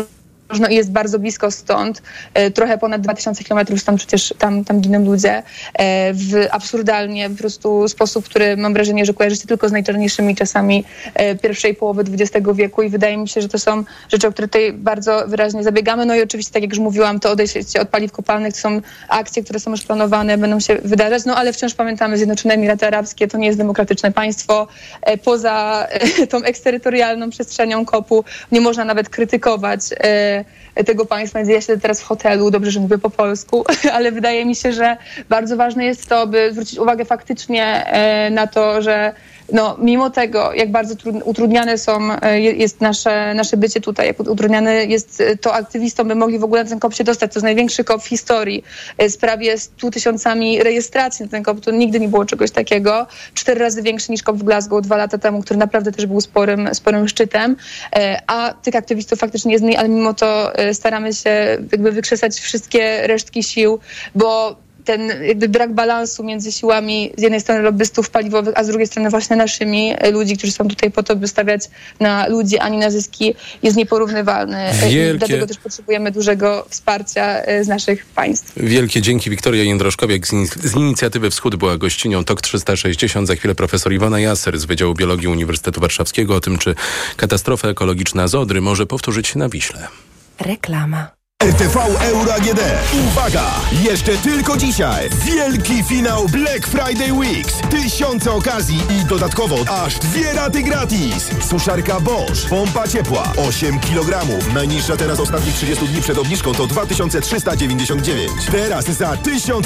Speaker 10: i jest bardzo blisko stąd, trochę ponad 2000 kilometrów stąd, przecież tam giną ludzie, w absurdalnie po prostu sposób, który mam wrażenie, że kojarzy się tylko z najczarniejszymi czasami pierwszej połowy XX wieku i wydaje mi się, że to są rzeczy, o które tutaj bardzo wyraźnie zabiegamy. No i oczywiście, tak jak już mówiłam, to odejście od paliw kopalnych, to są akcje, które są już planowane, będą się wydarzać, no ale wciąż pamiętamy Zjednoczone Emiraty Arabskie, to nie jest demokratyczne państwo. Poza tą eksterytorialną przestrzenią COP-u nie można nawet krytykować tego państwa, więc ja siedzę teraz w hotelu, dobrze, że mówię po polsku, ale wydaje mi się, że bardzo ważne jest to, by zwrócić uwagę faktycznie na to, że mimo tego, jak bardzo utrudniane jest nasze bycie tutaj, jak utrudniane jest to aktywistom, by mogli w ogóle na ten COP się dostać. To jest największy COP w historii. Z prawie 100 000 rejestracji na ten COP. To nigdy nie było czegoś takiego. 4 razy większy niż COP w Glasgow 2 lata temu, który naprawdę też był sporym szczytem. A tych aktywistów faktycznie jest mniej, ale mimo to staramy się jakby wykrzesać wszystkie resztki sił, bo ten jakby brak balansu między siłami z jednej strony lobbystów paliwowych, a z drugiej strony właśnie naszymi ludzi, którzy są tutaj po to, by stawiać na ludzi, a nie na zyski, jest nieporównywalny. I dlatego też potrzebujemy dużego wsparcia z naszych państw.
Speaker 2: Wielkie dzięki. Wiktoria Jędroszkowiak z Inicjatywy Wschód była gościnią TOK 360. Za chwilę profesor Iwona Jaser z Wydziału Biologii Uniwersytetu Warszawskiego o tym, czy katastrofa ekologiczna z Odry może powtórzyć się na Wiśle.
Speaker 8: Reklama.
Speaker 5: RTV Euro AGD. Uwaga! Jeszcze tylko dzisiaj wielki finał Black Friday Weeks. 1000 okazji i dodatkowo aż 2 raty gratis. Suszarka Bosch, pompa ciepła, 8 kg. Najniższa teraz ostatnich 30 dni przed obniżką to 2399. Teraz za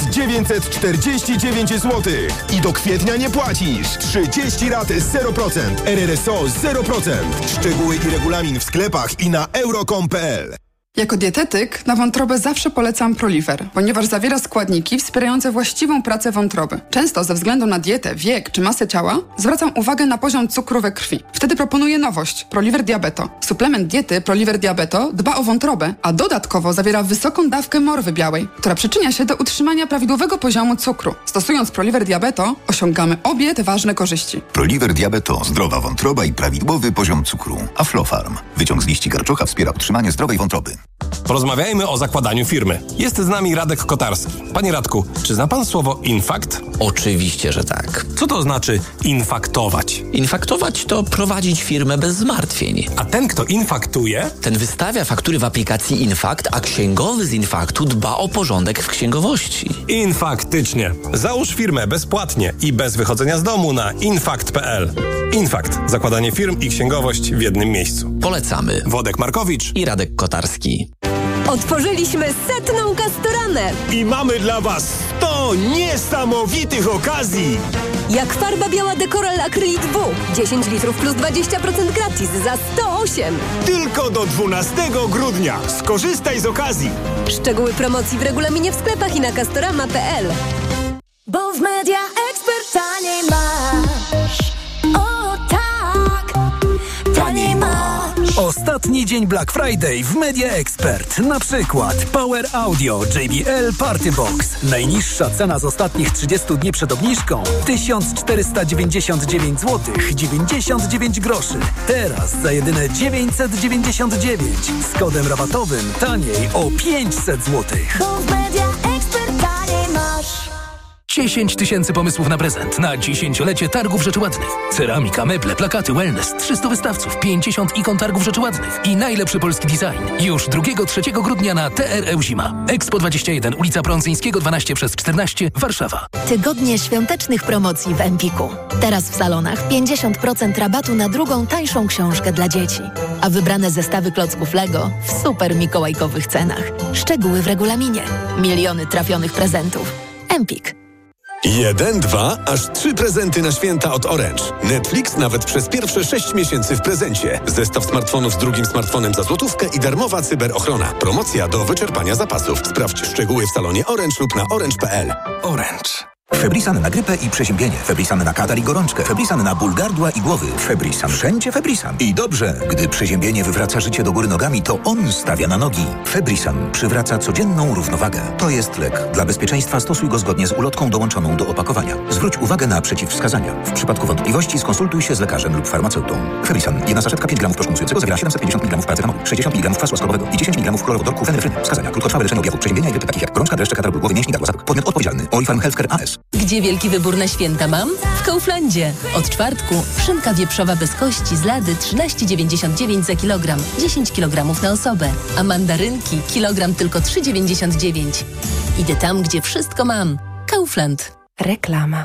Speaker 5: 1949 zł. I do kwietnia nie płacisz. 30 rat 0%. RRSO 0%. Szczegóły i regulamin w sklepach i na euro.com.pl.
Speaker 11: Jako dietetyk na wątrobę zawsze polecam Proliver, ponieważ zawiera składniki wspierające właściwą pracę wątroby. Często ze względu na dietę, wiek czy masę ciała zwracam uwagę na poziom cukru we krwi. Wtedy proponuję nowość – Proliver Diabeto. Suplement diety Proliver Diabeto dba o wątrobę, a dodatkowo zawiera wysoką dawkę morwy białej, która przyczynia się do utrzymania prawidłowego poziomu cukru. Stosując Proliver Diabeto osiągamy obie te ważne korzyści.
Speaker 12: Proliver Diabeto – zdrowa wątroba i prawidłowy poziom cukru. Aflofarm. Wyciąg z liści karczocha wspiera utrzymanie zdrowej wątroby.
Speaker 13: Porozmawiajmy o zakładaniu firmy. Jest z nami Radek Kotarski. Panie Radku, czy zna pan słowo infakt?
Speaker 14: Oczywiście, że tak.
Speaker 13: Co to znaczy infaktować?
Speaker 14: Infaktować to prowadzić firmę bez zmartwień.
Speaker 13: A ten, kto infaktuje?
Speaker 14: Ten wystawia faktury w aplikacji Infakt, a księgowy z Infaktu dba o porządek w księgowości.
Speaker 13: Infaktycznie. Załóż firmę bezpłatnie i bez wychodzenia z domu na infakt.pl. Infakt. Zakładanie firm i księgowość w jednym miejscu.
Speaker 14: Polecamy.
Speaker 13: Wodek Markowicz
Speaker 14: i Radek Kotarski.
Speaker 15: Otworzyliśmy 100. Castoramę.
Speaker 5: I mamy dla Was 100 niesamowitych okazji.
Speaker 15: Jak farba biała Decoral Acrylic W. 10 litrów plus 20% gratis za 108.
Speaker 5: Tylko do 12 grudnia. Skorzystaj z okazji.
Speaker 15: Szczegóły promocji w regulaminie w sklepach i na castorama.pl.
Speaker 16: Bo w Media Expert taniej masz. O tak, taniej masz.
Speaker 1: Ostatni dzień Black Friday w Media Expert. Na przykład Power Audio JBL Party Box. Najniższa cena z ostatnich 30 dni przed obniżką 1499 zł 99 groszy. Teraz za jedyne 999 z kodem rabatowym taniej o 500 zł.
Speaker 16: Bo w Media Expert taniej masz.
Speaker 1: 10 000 pomysłów na prezent na 10-lecie targów rzeczy ładnych. Ceramika, meble, plakaty, wellness, 300 wystawców, 50 ikon targów rzeczy ładnych i najlepszy polski design. Już 2-3 grudnia na TRE Zima. Expo 21, ulica Prądzyńskiego 12/14, Warszawa.
Speaker 16: Tygodnie świątecznych promocji w Empiku. Teraz w salonach 50% rabatu na drugą, tańszą książkę dla dzieci. A wybrane zestawy klocków Lego w super mikołajkowych cenach. Szczegóły w regulaminie. Miliony trafionych prezentów. Empik.
Speaker 5: 1, 2, aż 3 prezenty na święta od Orange. Netflix nawet przez pierwsze 6 miesięcy w prezencie. Zestaw smartfonów z drugim smartfonem za złotówkę i darmowa cyberochrona. Promocja do wyczerpania zapasów. Sprawdź szczegóły w salonie Orange lub na orange.pl.
Speaker 1: Orange.
Speaker 12: Febrisan na grypę i przeziębienie. Febrisan na katar i gorączkę. Febrisan na ból gardła i głowy. Febrisan. Wszędzie Febrisan. I dobrze, gdy przeziębienie wywraca życie do góry nogami, to on stawia na nogi. Febrisan przywraca codzienną równowagę. To jest lek. Dla bezpieczeństwa stosuj go zgodnie z ulotką dołączoną do opakowania. Zwróć uwagę na przeciwwskazania. W przypadku wątpliwości skonsultuj się z lekarzem lub farmaceutą. Febrisan. Jedna saszetka 5 gramów proszku mówiącego zawiera 750 mg paracetamolu, 60 mg kwasu łaskowego i 10 mg chlorowodorku fenefryny. Wskazania. Krótkotrwałe leczenie objawów przeziębienia i grypy takich jak gorączka, dreszcze, katar ból głowy, mięśni, gardła, zatok. Podmiot odpowiedzialny. Oifarm Healthcare AS.
Speaker 17: Gdzie wielki wybór na święta mam? W Kauflandzie. Od czwartku szynka wieprzowa bez kości z Lady 13,99 za kilogram, 10 kg na osobę, a mandarynki kilogram tylko 3,99. Idę tam, gdzie wszystko mam. Kaufland.
Speaker 18: Reklama.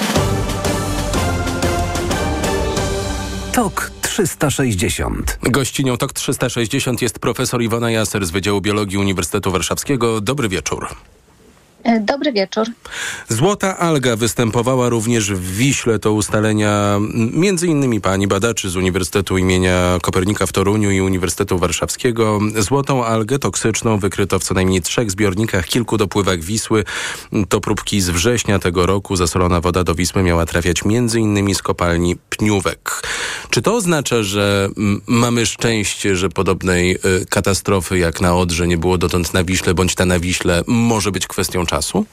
Speaker 18: TOK 360.
Speaker 2: Gościnią TOK 360 jest profesor Iwona Jaser z Wydziału Biologii Uniwersytetu Warszawskiego. Dobry wieczór.
Speaker 19: Dobry wieczór.
Speaker 2: Złota alga występowała również w Wiśle. To ustalenia między innymi pani badaczy z Uniwersytetu imienia Kopernika w Toruniu i Uniwersytetu Warszawskiego. Złotą algę toksyczną wykryto w co najmniej 3 zbiornikach, kilku dopływach Wisły. To próbki z września tego roku. Zasolona woda do Wisły miała trafiać między innymi z kopalni Pniówek. Czy to oznacza, że mamy szczęście, że podobnej katastrofy jak na Odrze nie było dotąd na Wiśle, bądź ta na Wiśle może być kwestią czasu?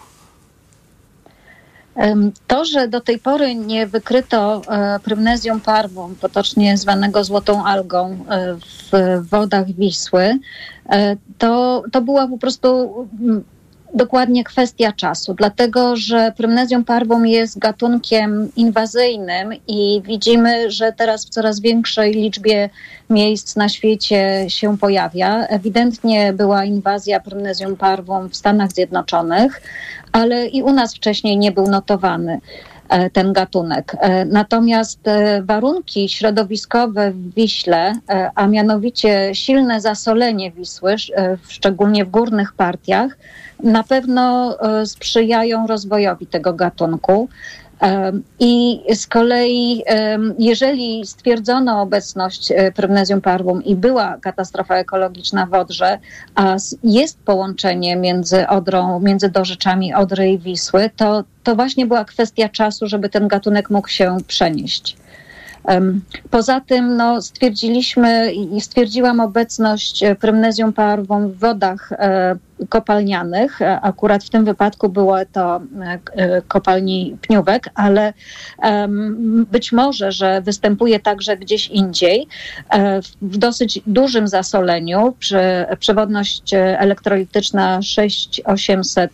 Speaker 19: To, że do tej pory nie wykryto Prymnesium parvum, potocznie zwanego złotą algą, w wodach Wisły, to była po prostu dokładnie kwestia czasu, dlatego że Prymnesium parvum jest gatunkiem inwazyjnym i widzimy, że teraz w coraz większej liczbie miejsc na świecie się pojawia. Ewidentnie była inwazja Prymnesium parvum w Stanach Zjednoczonych, ale i u nas wcześniej nie był notowany ten gatunek. Natomiast warunki środowiskowe w Wiśle, a mianowicie silne zasolenie Wisły, szczególnie w górnych partiach, na pewno sprzyjają rozwojowi tego gatunku. I z kolei, jeżeli stwierdzono obecność Prymnesium parvum i była katastrofa ekologiczna w Odrze, a jest połączenie między dorzeczami Odry i Wisły, to właśnie była kwestia czasu, żeby ten gatunek mógł się przenieść. Poza tym stwierdziłam obecność Prymnesium parvum w wodach kopalnianych. Akurat w tym wypadku było to kopalni Pniówek, ale być może, że występuje także gdzieś indziej. W dosyć dużym zasoleniu, przewodność elektrolityczna 6800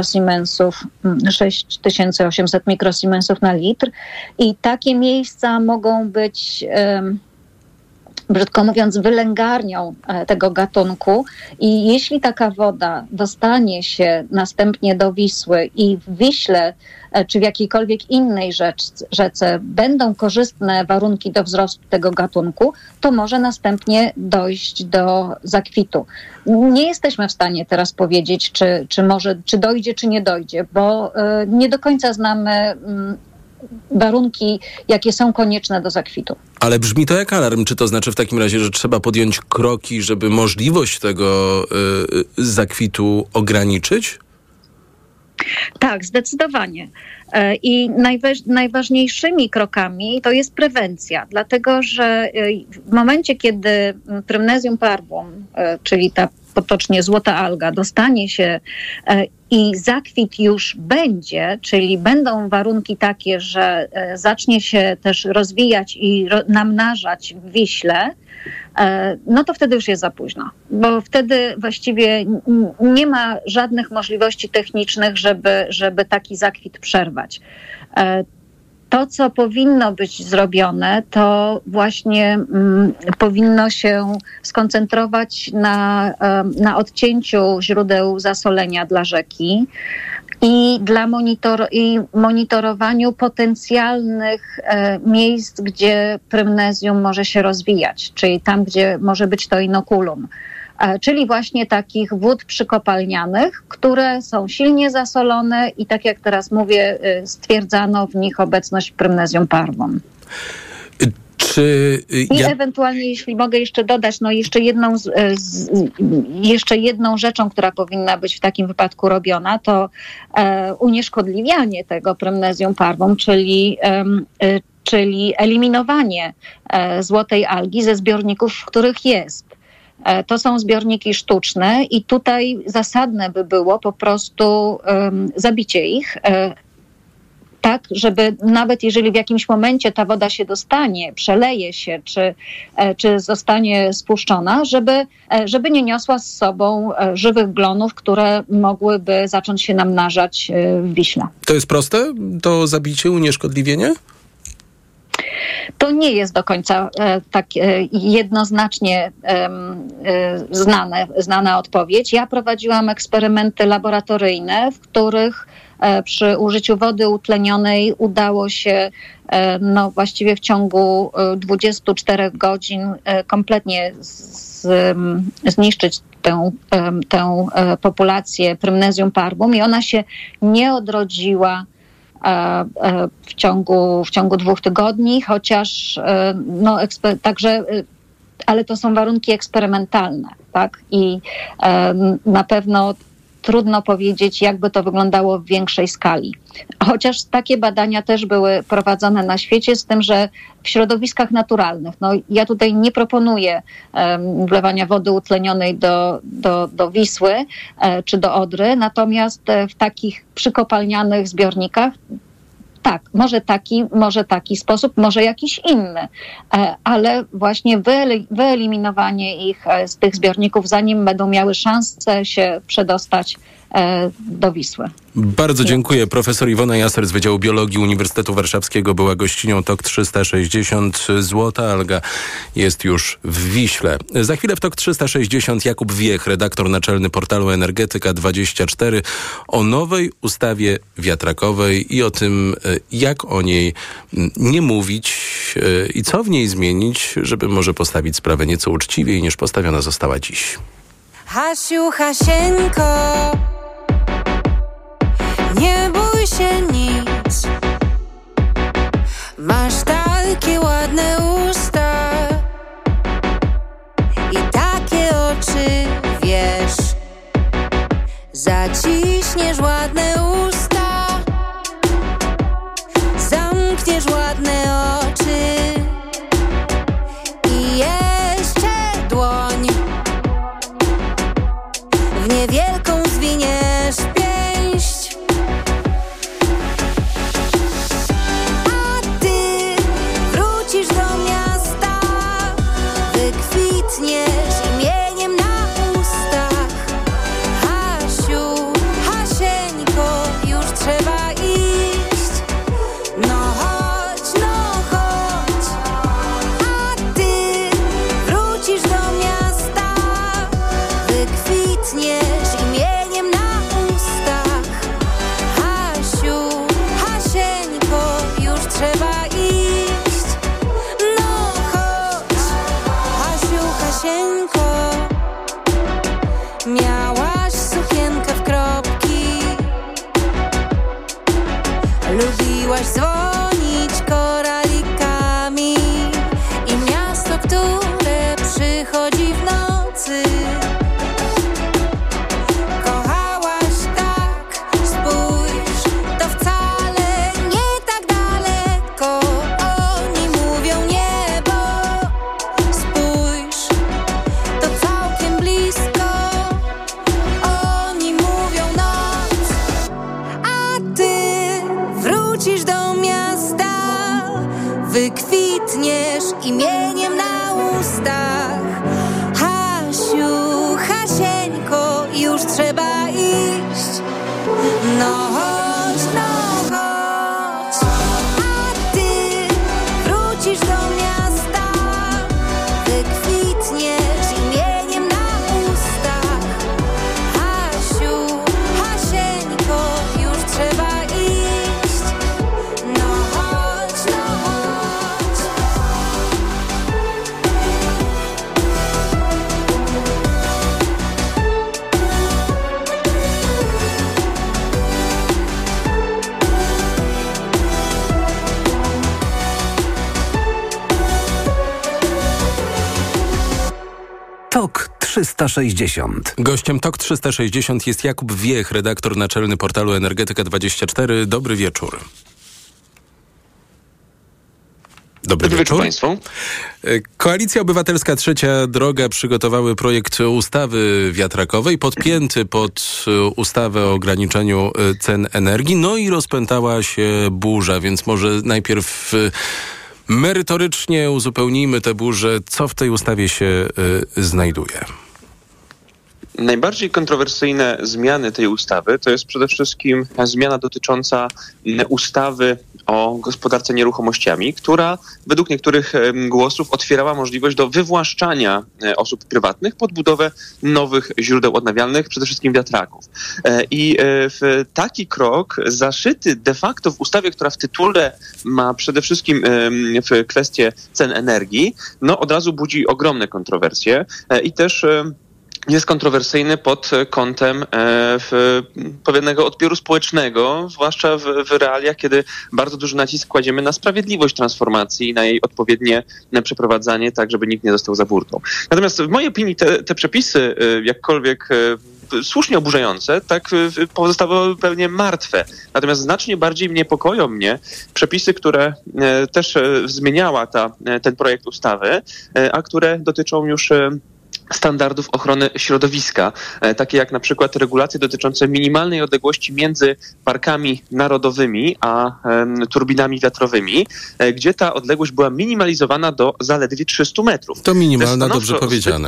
Speaker 19: mikrosiemensów na litr i takie miejsca mogą być, brzydko mówiąc, wylęgarnią tego gatunku i jeśli taka woda dostanie się następnie do Wisły i w Wiśle czy w jakiejkolwiek innej rzece będą korzystne warunki do wzrostu tego gatunku, to może następnie dojść do zakwitu. Nie jesteśmy w stanie teraz powiedzieć, czy dojdzie, czy nie dojdzie, bo nie do końca znamy warunki, jakie są konieczne do zakwitu.
Speaker 2: Ale brzmi to jak alarm. Czy to znaczy w takim razie, że trzeba podjąć kroki, żeby możliwość tego zakwitu ograniczyć?
Speaker 19: Tak, zdecydowanie. I najważniejszymi krokami to jest prewencja, dlatego że w momencie, kiedy Prymnesium parvum, czyli ta potocznie złota alga, dostanie się i zakwit już będzie, czyli będą warunki takie, że zacznie się też rozwijać i namnażać w Wiśle, no to wtedy już jest za późno, bo wtedy właściwie nie ma żadnych możliwości technicznych, żeby taki zakwit przerwać. To, co powinno być zrobione, to właśnie powinno się skoncentrować na odcięciu źródeł zasolenia dla rzeki i monitorowaniu potencjalnych miejsc, gdzie Prymnesium może się rozwijać, czyli tam, gdzie może być to inokulum. Czyli właśnie takich wód przykopalnianych, które są silnie zasolone i tak jak teraz mówię, stwierdzano w nich obecność Prymnesium parvum.
Speaker 10: I ewentualnie, jeśli mogę jeszcze dodać, jeszcze jedną rzeczą, która powinna być w takim wypadku robiona, to unieszkodliwianie tego Prymnesium parvum, czyli eliminowanie złotej algi ze zbiorników, w których jest. To są zbiorniki sztuczne i tutaj zasadne by było po prostu zabicie ich, tak, żeby nawet jeżeli w jakimś momencie ta woda się dostanie, przeleje się, czy zostanie spuszczona, żeby nie niosła z sobą żywych glonów, które mogłyby zacząć się namnażać w Wiśle.
Speaker 2: To jest proste, to zabicie, unieszkodliwienie?
Speaker 10: To nie jest do końca tak jednoznacznie znana odpowiedź. Ja prowadziłam eksperymenty laboratoryjne, w których przy użyciu wody utlenionej udało się właściwie w ciągu 24 godzin kompletnie zniszczyć tę populację Prymnesium parvum i ona się nie odrodziła w ciągu 2 tygodni, chociaż ale to są warunki eksperymentalne, tak? I na pewno trudno powiedzieć, jakby to wyglądało w większej skali. Chociaż takie badania też były prowadzone na świecie, z tym, że w środowiskach naturalnych. Ja tutaj nie proponuję wlewania wody utlenionej do Wisły czy do Odry, natomiast w takich przykopalnianych zbiornikach tak, może taki sposób, może jakiś inny, ale właśnie wyeliminowanie ich z tych zbiorników, zanim będą miały szansę się przedostać do Wisły.
Speaker 2: Bardzo dziękuję. Profesor Iwona Jasser z Wydziału Biologii Uniwersytetu Warszawskiego była gościnią TOK 360. Złota alga jest już w Wiśle. Za chwilę w TOK 360 Jakub Wiech, redaktor naczelny portalu Energetyka24 o nowej ustawie wiatrakowej i o tym, jak o niej nie mówić i co w niej zmienić, żeby może postawić sprawę nieco uczciwiej niż postawiona została dziś.
Speaker 3: Hasiu, Hasieńko, nie bój się nic. Masz takie ładne usta i takie oczy, wiesz. Zaciśniesz ładne usta, zamkniesz ładne oczy i jeszcze dłoń w niewielką zwiniesz pięść. A ty wrócisz do miasta, wykwitniesz imieniem na ustach. Hasiu, Hasieńko, już trzeba iść. No chodź, a ty wrócisz do miasta, wykwitniesz imieniem na ustach. Hasiu, Hasieńko, już trzeba iść. No chodź, Hasiu, Hasieńko, miałaś sukienkę w kropki, lubiłaś dzwonić koralikami i miasto, które przychodzi w nocy. Kochałaś tak, spójrz, to wcale nie tak daleko. Oni mówią niebo, spójrz, to całkiem blisko. Oni mówią noc, a ty wrócisz do miasta, wykwitniesz imieniem na ustach. Hasiu, Hasieńko, już trzeba iść. No chodź, a ty wrócisz do miasta, wykwitniesz imieniem na ustach. Hasiu, Hasieńko, już trzeba iść. No chodź,
Speaker 18: 360.
Speaker 2: Gościem TOK 360 jest Jakub Wiech, redaktor naczelny portalu Energetyka24. Dobry wieczór. Dobry wieczór Państwu. Koalicja Obywatelska Trzecia Droga przygotowały projekt ustawy wiatrakowej podpięty pod ustawę o ograniczeniu cen energii. No i rozpętała się burza, więc może najpierw merytorycznie uzupełnijmy tę burzę. Co w tej ustawie się znajduje?
Speaker 4: Najbardziej kontrowersyjne zmiany tej ustawy to jest przede wszystkim zmiana dotycząca ustawy o gospodarce nieruchomościami, która według niektórych głosów otwierała możliwość do wywłaszczania osób prywatnych pod budowę nowych źródeł odnawialnych, przede wszystkim wiatraków. I taki krok zaszyty de facto w ustawie, która w tytule ma przede wszystkim w kwestię cen energii, no od razu budzi ogromne kontrowersje i też jest kontrowersyjny pod kątem pewnego odbioru społecznego, zwłaszcza w realiach, kiedy bardzo duży nacisk kładziemy na sprawiedliwość transformacji i na jej odpowiednie przeprowadzanie, tak żeby nikt nie został za burtą. Natomiast w mojej opinii te przepisy, jakkolwiek słusznie oburzające, tak pozostały pewnie martwe. Natomiast znacznie bardziej niepokoją mnie przepisy, które też zmieniała ten projekt ustawy, a które dotyczą już standardów ochrony środowiska, takie jak na przykład regulacje dotyczące minimalnej odległości między parkami narodowymi a turbinami wiatrowymi, gdzie ta odległość była minimalizowana do zaledwie 300 metrów.
Speaker 2: To minimalna, dobrze powiedziane.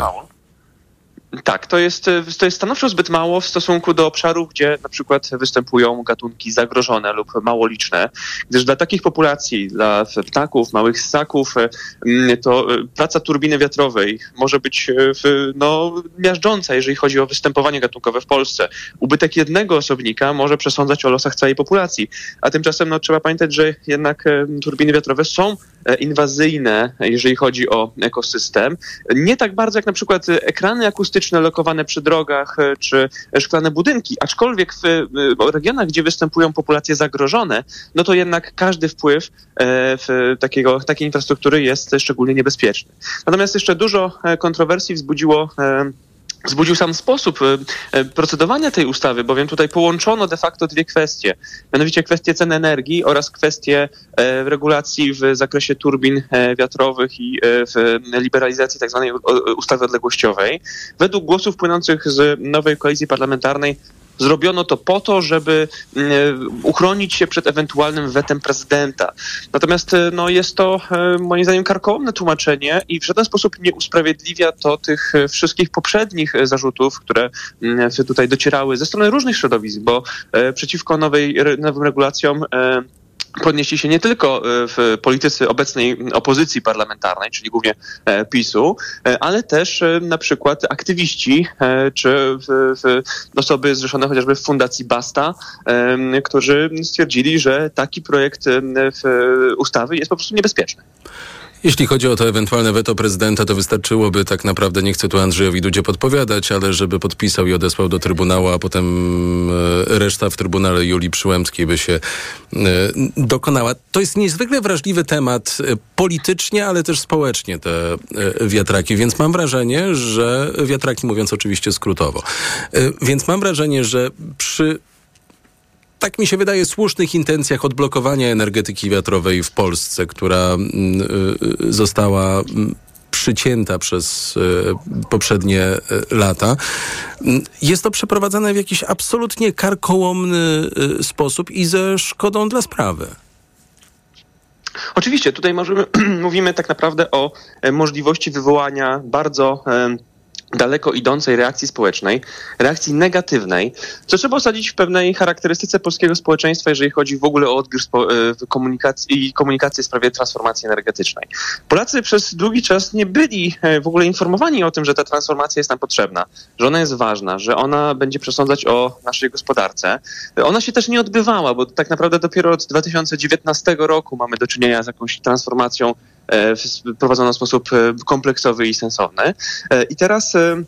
Speaker 4: Tak, to jest stanowczo zbyt mało w stosunku do obszarów, gdzie na przykład występują gatunki zagrożone lub mało liczne, gdyż dla takich populacji, dla ptaków, małych ssaków, to praca turbiny wiatrowej może być miażdżąca, jeżeli chodzi o występowanie gatunkowe w Polsce. Ubytek jednego osobnika może przesądzać o losach całej populacji, a tymczasem trzeba pamiętać, że jednak turbiny wiatrowe są inwazyjne, jeżeli chodzi o ekosystem. Nie tak bardzo jak na przykład ekrany akustyczne lokowane przy drogach czy szklane budynki, aczkolwiek w regionach, gdzie występują populacje zagrożone, no to jednak każdy wpływ takiej infrastruktury jest szczególnie niebezpieczny. Natomiast jeszcze dużo kontrowersji wzbudził sam sposób procedowania tej ustawy, bowiem tutaj połączono de facto dwie kwestie, mianowicie kwestię cen energii oraz kwestię regulacji w zakresie turbin wiatrowych i w liberalizacji tzw. ustawy odległościowej. Według głosów płynących z nowej koalicji parlamentarnej zrobiono to po to, żeby uchronić się przed ewentualnym wetem prezydenta. Natomiast jest to moim zdaniem karkołomne tłumaczenie i w żaden sposób nie usprawiedliwia to tych wszystkich poprzednich zarzutów, które tutaj docierały ze strony różnych środowisk, bo przeciwko nowym regulacjom podnieśli się nie tylko w politycy obecnej opozycji parlamentarnej, czyli głównie PiS-u, ale też na przykład aktywiści czy osoby zrzeszone chociażby w Fundacji Basta, którzy stwierdzili, że taki projekt ustawy jest po prostu niebezpieczny.
Speaker 2: Jeśli chodzi o to ewentualne weto prezydenta, to wystarczyłoby tak naprawdę, nie chcę tu Andrzejowi Dudzie podpowiadać, ale żeby podpisał i odesłał do Trybunału, a potem reszta w Trybunale Julii Przyłębskiej by się dokonała. To jest niezwykle wrażliwy temat politycznie, ale też społecznie, te wiatraki, więc mam wrażenie, że wiatraki, mówiąc oczywiście skrótowo, więc mam wrażenie, że przy tak mi się wydaje, słusznych intencjach odblokowania energetyki wiatrowej w Polsce, która została przycięta przez poprzednie lata. Jest to przeprowadzane w jakiś absolutnie karkołomny sposób i ze szkodą dla sprawy.
Speaker 4: Oczywiście, tutaj mówimy tak naprawdę o możliwości wywołania bardzo daleko idącej reakcji społecznej, reakcji negatywnej, co trzeba osadzić w pewnej charakterystyce polskiego społeczeństwa, jeżeli chodzi w ogóle o odbiór komunikacji i komunikację w sprawie transformacji energetycznej. Polacy przez długi czas nie byli w ogóle informowani o tym, że ta transformacja jest nam potrzebna, że ona jest ważna, że ona będzie przesądzać o naszej gospodarce. Ona się też nie odbywała, bo tak naprawdę dopiero od 2019 roku mamy do czynienia z jakąś transformacją prowadzoną w sposób kompleksowy i sensowny. I teraz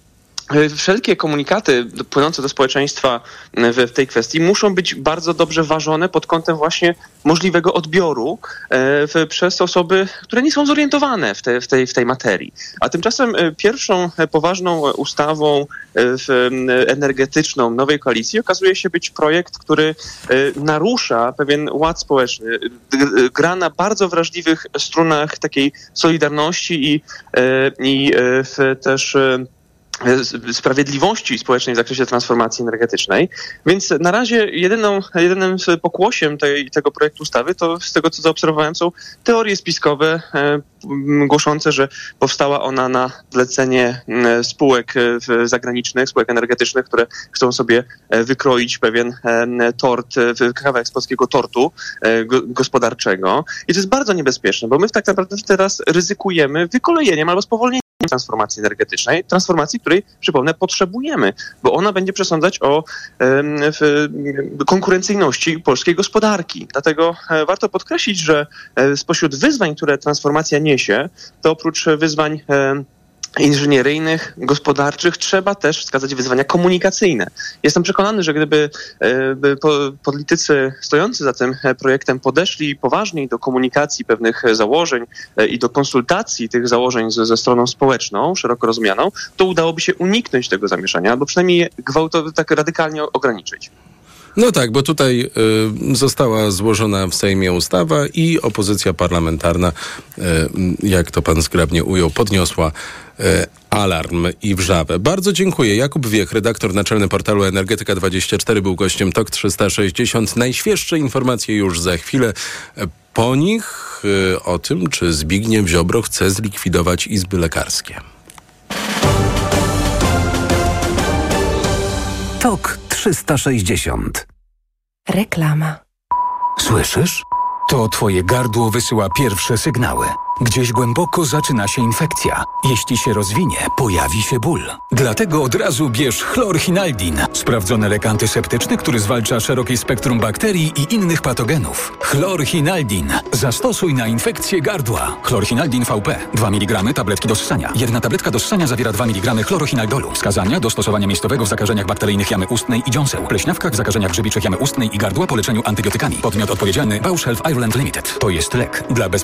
Speaker 4: wszelkie komunikaty płynące do społeczeństwa w tej kwestii muszą być bardzo dobrze ważone pod kątem właśnie możliwego odbioru przez osoby, które nie są zorientowane w tej materii. A tymczasem pierwszą poważną ustawą energetyczną nowej koalicji okazuje się być projekt, który narusza pewien ład społeczny, gra na bardzo wrażliwych strunach takiej solidarności i też sprawiedliwości społecznej w zakresie transformacji energetycznej. Więc na razie jedynym pokłosiem tego projektu ustawy to z tego, co zaobserwowałem, są teorie spiskowe głoszące, że powstała ona na zlecenie spółek zagranicznych, spółek energetycznych, które chcą sobie wykroić pewien tort, kawałek z polskiego tortu gospodarczego. I to jest bardzo niebezpieczne, bo my tak naprawdę teraz ryzykujemy wykolejeniem albo spowolnieniem transformacji energetycznej, transformacji, której, przypomnę, potrzebujemy, bo ona będzie przesądzać o konkurencyjności polskiej gospodarki. Dlatego warto podkreślić, że spośród wyzwań, które transformacja niesie, to oprócz wyzwań inżynieryjnych, gospodarczych, trzeba też wskazać wyzwania komunikacyjne. Jestem przekonany, że gdyby politycy stojący za tym projektem podeszli poważniej do komunikacji pewnych założeń i do konsultacji tych założeń ze stroną społeczną, szeroko rozumianą, to udałoby się uniknąć tego zamieszania, albo przynajmniej je tak radykalnie ograniczyć.
Speaker 2: No tak, bo tutaj została złożona w Sejmie ustawa i opozycja parlamentarna, jak to pan zgrabnie ujął, podniosła alarm i wrzawę. Bardzo dziękuję. Jakub Wiech, redaktor naczelny portalu Energetyka24, był gościem TOK 360. Najświeższe informacje już za chwilę. Po nich o tym, czy Zbigniew Ziobro chce zlikwidować izby lekarskie.
Speaker 18: TOK 360.
Speaker 16: Reklama.
Speaker 6: Słyszysz? To twoje gardło wysyła pierwsze sygnały. Gdzieś głęboko zaczyna się infekcja. Jeśli się rozwinie, pojawi się ból. Dlatego od razu bierz chlorhinaldin. Sprawdzony lek antyseptyczny, który zwalcza szerokie spektrum bakterii i innych patogenów. Chlorhinaldin. Zastosuj na infekcję gardła. Chlorhinaldin VP. 2 mg tabletki do ssania. Jedna tabletka do ssania zawiera 2 mg chlorochinaldolu. Wskazania do stosowania miejscowego w zakażeniach bakteryjnych jamy ustnej i dziąseł. Pleśniawkach w zakażeniach grzybiczych jamy ustnej i gardła po leczeniu antybiotykami. Podmiot odpowiedzialny Bausch Health Ireland Limited. To jest lek. Dla bezpieczeństwa